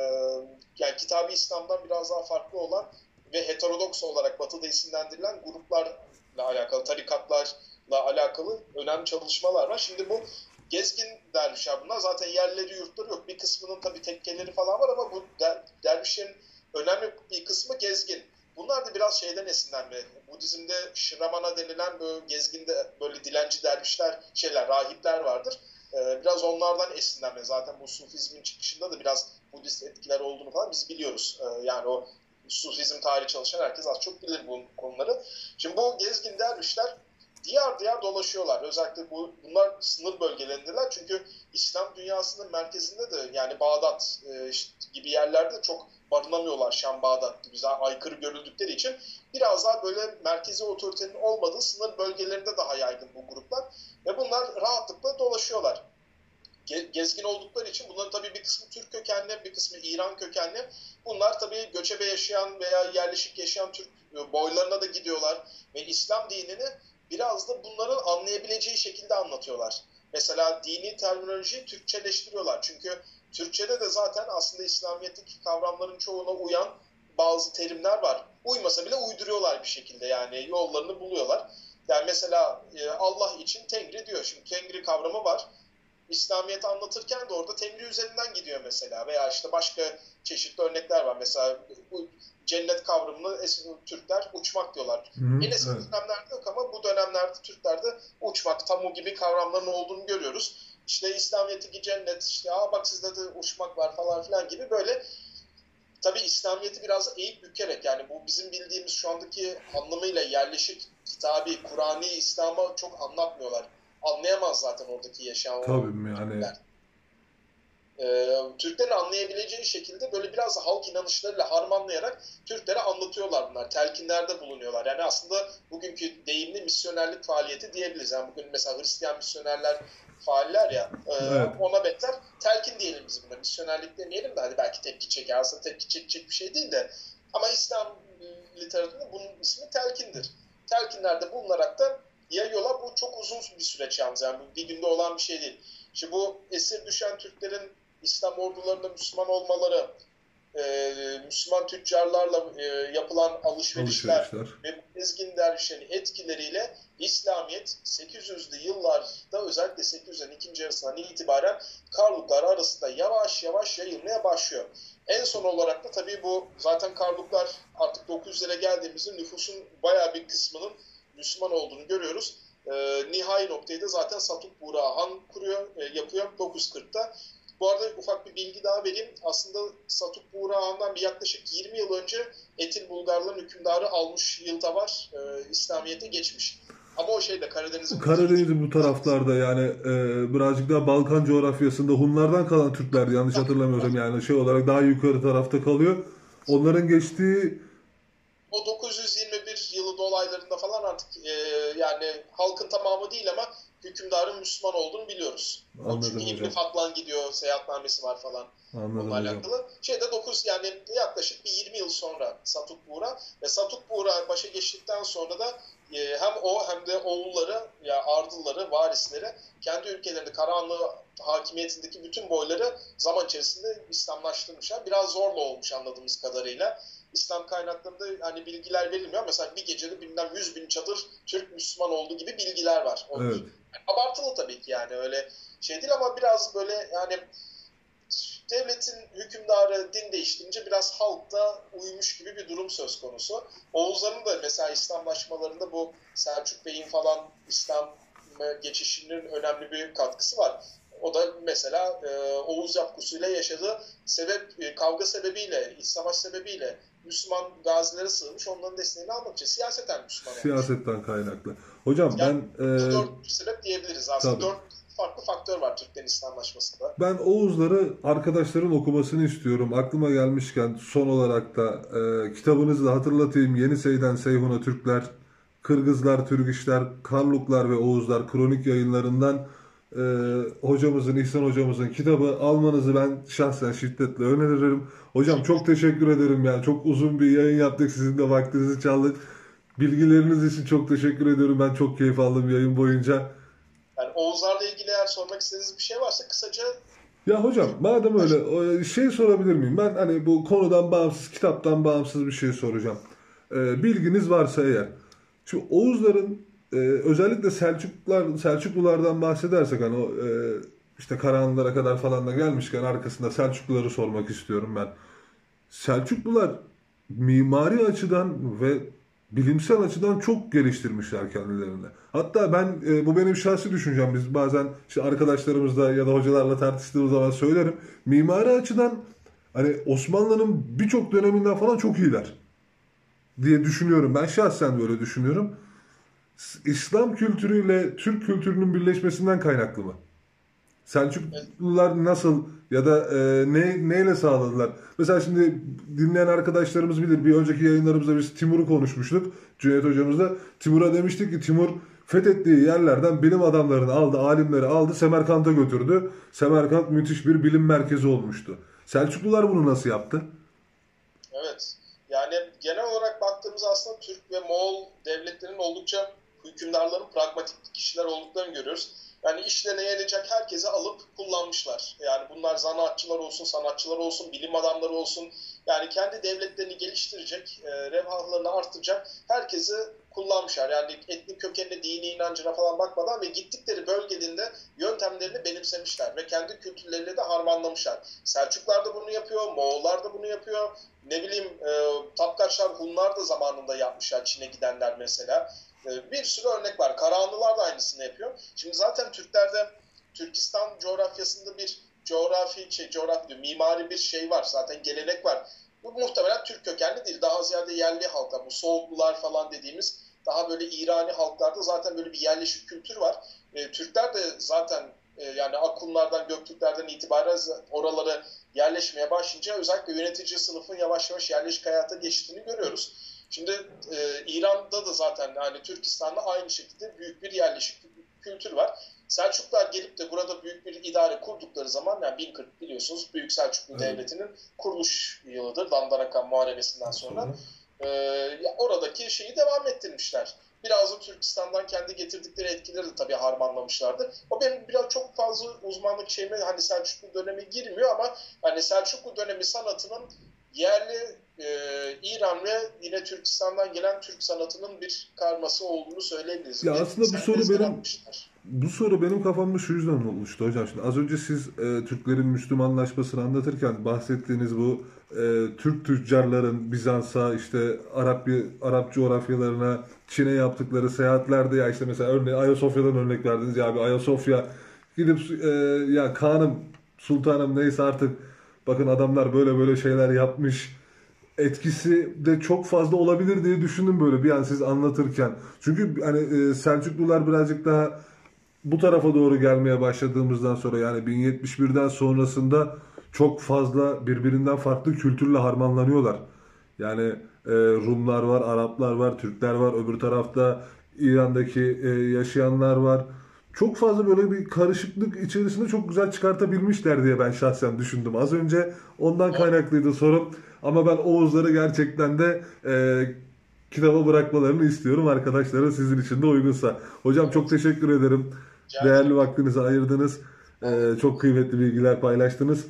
yani Kitab-ı İslam'dan biraz daha farklı olan ve heterodoks olarak Batı'da isimlendirilen gruplarla alakalı, tarikatlarla alakalı önemli çalışmalar var. Şimdi bu gezgin dervişler bunlar. Zaten yerleri, yurtları yok. Bir kısmının tabii tekkeleri falan var ama bu dervişlerin önemli bir kısmı gezgin. Bunlar da biraz şeyden esinlenme. Budizm'de Şramana denilen böyle gezginde böyle dilenci dervişler, şeyler, rahipler vardır. Ee, biraz onlardan esinlenme. Zaten bu Sufizmin çıkışında da biraz Budist etkiler olduğunu falan biz biliyoruz. Ee, yani o Sufizm tarihi çalışan herkes az çok bilir bu konuları. Şimdi bu gezgin dervişler diyar diyar dolaşıyorlar. Özellikle bu bunlar sınır bölgelerindeler. Çünkü İslam dünyasının merkezinde de yani Bağdat e, işte gibi yerlerde çok barınamıyorlar. Şam, Bağdat gibi aykırı görüldükleri için biraz daha böyle merkezi otoritenin olmadığı sınır bölgelerinde daha yaygın bu gruplar. Ve bunlar rahatlıkla dolaşıyorlar. Ge- gezgin oldukları için bunların tabii bir kısmı Türk kökenli, bir kısmı İran kökenli. Bunlar tabii göçebe yaşayan veya yerleşik yaşayan Türk boylarına da gidiyorlar ve İslam dinini biraz da bunların anlayabileceği şekilde anlatıyorlar. Mesela dini terminolojiyi Türkçeleştiriyorlar. Çünkü Türkçede de zaten aslında İslamiyet'teki kavramların çoğuna uyan bazı terimler var. Uymasa bile uyduruyorlar bir şekilde, yani yollarını buluyorlar. Yani mesela Allah için Tengri diyor. Şimdi Tengri kavramı var. İslamiyet'i anlatırken de orada Tengri üzerinden gidiyor mesela. Veya işte başka çeşitli örnekler var. Mesela bu cennet kavramını eski Türkler uçmak diyorlar. Hı, en eski evet. dönemlerde yok ama bu dönemlerde Türklerde uçmak, tamu gibi kavramların olduğunu görüyoruz. İşte İslamiyet'teki cennet, işte aa bak sizde de uçmak var falan filan gibi böyle. Tabii İslamiyet'i biraz eğip bükerek, yani bu bizim bildiğimiz şu andaki anlamıyla yerleşik kitabi, Kur'an'i İslam'a çok anlatmıyorlar. Anlayamaz zaten oradaki yaşayan o Tabii yani Türkler. Ee, Türklerin anlayabileceği şekilde böyle biraz halk inanışlarıyla harmanlayarak Türklere anlatıyorlar bunlar. Telkinlerde bulunuyorlar. Yani aslında bugünkü deyimli misyonerlik faaliyeti diyebiliriz. Yani bugün mesela Hristiyan misyonerler faaller ya, e, evet. ona benzer telkin diyelim biz buna. Misyonerlik demeyelim de hadi belki tepki çeker. Aslında tepki çekecek bir şey değil de. Ama İslam literatüründe bunun ismi telkindir. Telkinlerde bulunarak da yayıyorlar. Bu çok uzun bir süreç yalnız. Yani bir günde olan bir şey değil. İşte bu esir düşen Türklerin İslam ordularında Müslüman olmaları, e, Müslüman tüccarlarla e, yapılan alışverişler, Alışverişler. ve bu gezgin dervişlerin etkileriyle İslamiyet sekiz yüzlü yıllarda, özellikle sekiz yüzlerin ikinci yarısından itibaren Karluklar arasında yavaş yavaş yayılmaya başlıyor. En son olarak da tabii bu zaten Karluklar artık dokuz yüzlere geldiğimizde nüfusun bayağı bir kısmının Müslüman olduğunu görüyoruz. E, nihai noktayı da zaten Satuk Buğra Han kuruyor, e, yapıyor dokuz yüz kırkta. Bu arada ufak bir bilgi daha vereyim. Aslında Satuk Buğra Han'dan bir yaklaşık yirmi yıl önce Etil Bulgarların hükümdarı almış yılda var. E, İslamiyet'e geçmiş. Ama o şeyde Karadeniz'in... Karadeniz'in bu taraflarda yani e, birazcık daha Balkan coğrafyasında Hunlardan kalan Türkler, yanlış hatırlamıyorsam, yani şey olarak daha yukarı tarafta kalıyor. Onların geçtiği... O dokuz yüz yirmi bir yılı dolaylarında falan artık e, yani halkın tamamı değil ama hükümdarın Müslüman olduğunu biliyoruz. Anladım Çünkü hocam. İbn-i Fatlan gidiyor, seyahatnamesi var falan. Anladım Onunla hocam. alakalı. Şeyde dokuz, yani yaklaşık bir yirmi yıl sonra Satuk Buğra ve Satuk Buğra başa geçtikten sonra da e, hem o hem de oğulları, ya yani ardılları, varisleri kendi ülkelerinde Karahanlı hakimiyetindeki bütün boyları zaman içerisinde İslamlaştırmışlar. Biraz zorla olmuş anladığımız kadarıyla. İslam kaynaklarında hani bilgiler verilmiyor. Mesela bir gecede bilmem yüz bin çadır Türk Müslüman olduğu gibi bilgiler var. O, Evet. yani abartılı tabii ki, yani öyle şey değil ama biraz böyle yani devletin hükümdarı din değiştirince biraz halkta uymuş gibi bir durum söz konusu. Oğuzların da mesela İslamlaşmalarında bu Selçuk Bey'in falan İslam geçişinin önemli bir katkısı var. O da mesela e, Oğuz yapgısıyla yaşadığı sebep, e, kavga sebebiyle, iç savaş sebebiyle Müslüman gazilere sığınmış, onların desteğini almak için siyaseten Müslüman olmuş. Siyasetten kaynaklı. Hocam yani, ben... E, dört sebep diyebiliriz aslında. tabii. Dört farklı faktör var Türklerin İslamlaşmasında. Ben Oğuzları arkadaşların okumasını istiyorum. Aklıma gelmişken son olarak da e, kitabınızı da hatırlatayım. Yeni Seyden Seyhun'a Türkler Kırgızlar, Türgişler, Karluklar ve Oğuzlar kronik yayınlarından e, hocamızın, İhsan hocamızın kitabı almanızı ben şahsen şiddetle öneririm. Hocam çok teşekkür ederim ya. Çok uzun bir yayın yaptık. Sizin de vaktinizi çaldık. Bilgileriniz için çok teşekkür ediyorum. Ben çok keyif aldım yayın boyunca. Yani Oğuzlarla ilgili eğer sormak istediğiniz bir şey varsa kısaca... Ya hocam madem öyle şey sorabilir miyim? Ben hani bu konudan bağımsız, kitaptan bağımsız bir şey soracağım. Ee, bilginiz varsa eğer. Şu Oğuzların e, özellikle Selçuklular, Selçuklulardan bahsedersek hani o e, işte Karahanlılara kadar falan da gelmişken arkasında Selçukluları sormak istiyorum ben. Selçuklular mimari açıdan ve bilimsel açıdan çok geliştirmişler kendilerini. Hatta ben e, bu benim şahsi düşüncem. Biz bazen işte arkadaşlarımızla ya da hocalarla tartıştığımız zaman söylerim. Mimari açıdan hani Osmanlı'nın birçok döneminden falan çok iyiler diye düşünüyorum. Ben şahsen böyle düşünüyorum. İslam kültürüyle Türk kültürünün birleşmesinden kaynaklı mı? Selçuklular nasıl ya da e, ne neyle sağladılar? Mesela şimdi dinleyen arkadaşlarımız bilir. Bir önceki yayınlarımızda biz Timur'u konuşmuştuk. Cüneyt hocamızla. Timur'a demiştik ki Timur fethettiği yerlerden bilim adamlarını aldı, alimleri aldı, Semerkant'a götürdü. Semerkant müthiş bir bilim merkezi olmuştu. Selçuklular bunu nasıl yaptı? Evet. Yani genel olarak baktığımız aslında Türk ve Moğol devletlerinin oldukça hükümdarların pragmatik kişiler olduklarını görüyoruz. Yani işlerine yarayacak herkesi alıp kullanmışlar. Yani bunlar zanaatçılar olsun, sanatçılar olsun, bilim adamları olsun. Yani kendi devletlerini geliştirecek, e, refahlarını arttıracak herkesi kullanmışlar. Yani etnik kökenine, dini inancına falan bakmadan ve gittikleri bölgelerinde yöntemlerini benimsemişler ve kendi kültürleriyle de harmanlamışlar. Selçuklar da bunu yapıyor, Moğollar da bunu yapıyor. Ne bileyim e, Tapkaçlar, Hunlar da zamanında yapmışlar, Çin'e gidenler mesela. Bir sürü örnek var. Karahanlılar da aynısını yapıyor. Şimdi zaten Türklerde, Türkistan coğrafyasında bir coğrafi, şey, coğrafi diyor, mimari bir şey var. Zaten gelenek var. Bu muhtemelen Türk kökenli değil. Daha ziyade yerli halklar, bu Soğuklular falan dediğimiz daha böyle İrani halklarda zaten böyle bir yerleşik kültür var. E, Türkler de zaten e, yani Akunlardan, Göktürklerden itibaren oralara yerleşmeye başlayınca özellikle yönetici sınıfın yavaş yavaş yerleşik hayata geçtiğini görüyoruz. Şimdi e, İran'da da zaten yani Türkistan'da aynı şekilde büyük bir yerleşik kültür var. Selçuklular gelip de burada büyük bir idare kurdukları zaman yani bin kırk biliyorsunuz Büyük Selçuklu evet. Devleti'nin kuruluş yılıdır Dandanakan Muharebesi'nden sonra. E, oradaki şeyi devam ettirmişler. Biraz da Türkistan'dan kendi getirdikleri etkileri de tabii harmanlamışlardı. O benim biraz çok fazla uzmanlık şeyime hani Selçuklu dönemi girmiyor ama hani Selçuklu dönemi sanatının yerli e, İran ve yine Türkistan'dan gelen Türk sanatının bir karması olduğunu söyleyebiliriz. Ya Ve aslında bu soru benim atmışlar. bu soru benim kafamda şu yüzden oluştu hocam. Şimdi az önce siz e, Türklerin Müslümanlaşmasını anlatırken bahsettiğiniz bu e, Türk tüccarların Bizans'a işte Arap Arap coğrafyalarına Çin'e yaptıkları seyahatlerde ya işte mesela örneğin Ayasofya'dan örnek verdiniz ya abi Ayasofya gidip e, ya Kanım Sultanım neyse artık bakın adamlar böyle böyle şeyler yapmış etkisi de çok fazla olabilir diye düşündüm böyle bir an siz anlatırken. Çünkü hani e, Selçuklular birazcık daha bu tarafa doğru gelmeye başladığımızdan sonra yani bin yetmiş birden sonrasında çok fazla birbirinden farklı kültürle harmanlanıyorlar. Yani e, Rumlar var, Araplar var, Türkler var, öbür tarafta İran'daki e, yaşayanlar var. Çok fazla böyle bir karışıklık içerisinde çok güzel çıkartabilmişler diye ben şahsen düşündüm. Az önce ondan kaynaklıydı sorun. Ama ben Oğuzları gerçekten de e, kitaba bırakmalarını istiyorum arkadaşlara sizin için de uygunsa. Hocam çok teşekkür ederim. Değerli vaktinizi ayırdınız. E, çok kıymetli bilgiler paylaştınız.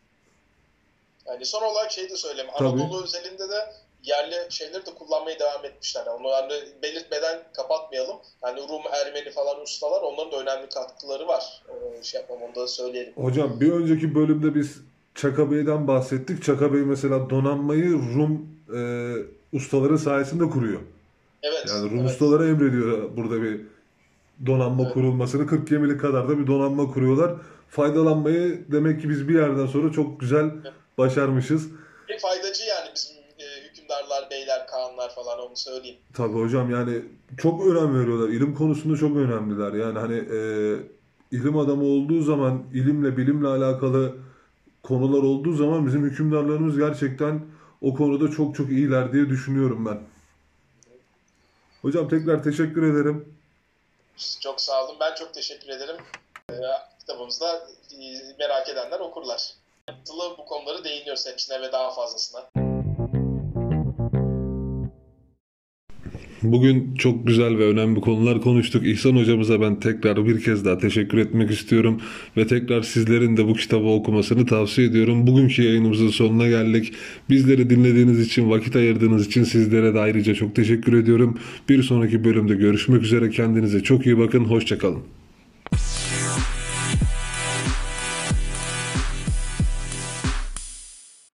Yani son olarak şey de söyleyeyim. Anadolu Tabii. özelinde de yerli şeyleri de kullanmaya devam etmişler. Yani onu yani belirtmeden kapatmayalım. Yani Rum, Ermeni falan ustalar onların da önemli katkıları var. Ee, şey yapalım onu da söyleyelim. Hocam bir önceki bölümde biz Çaka Bey'den bahsettik. Çaka Bey mesela donanmayı Rum e, ustaları sayesinde kuruyor. Evet. Yani Rum evet. ustalara emrediyor burada bir donanma evet. kurulmasını. kırk gemilik kadar da bir donanma kuruyorlar. Faydalanmayı demek ki biz bir yerden sonra çok güzel evet. başarmışız. Bir faydacı yani bizim e, hükümdarlar, beyler, kağanlar falan onu söyleyeyim. Tabii hocam yani çok önem veriyorlar. İlim konusunda çok önemliler. Yani hani e, ilim adamı olduğu zaman ilimle, bilimle alakalı konular olduğu zaman bizim hükümdarlarımız gerçekten o konuda çok çok iyiler diye düşünüyorum ben. Hocam tekrar teşekkür ederim. Çok sağ olun. Ben çok teşekkür ederim. Ee, kitabımızda e, merak edenler okurlar. Ayrıntılı bu konuları değiniyoruz hepsine ve daha fazlasına. Bugün çok güzel ve önemli konular konuştuk. İhsan hocamıza ben tekrar bir kez daha teşekkür etmek istiyorum. Ve tekrar sizlerin de bu kitabı okumasını tavsiye ediyorum. Bugünkü yayınımızın sonuna geldik. Bizleri dinlediğiniz için, vakit ayırdığınız için sizlere de ayrıca çok teşekkür ediyorum. Bir sonraki bölümde görüşmek üzere. Kendinize çok iyi bakın. Hoşça kalın.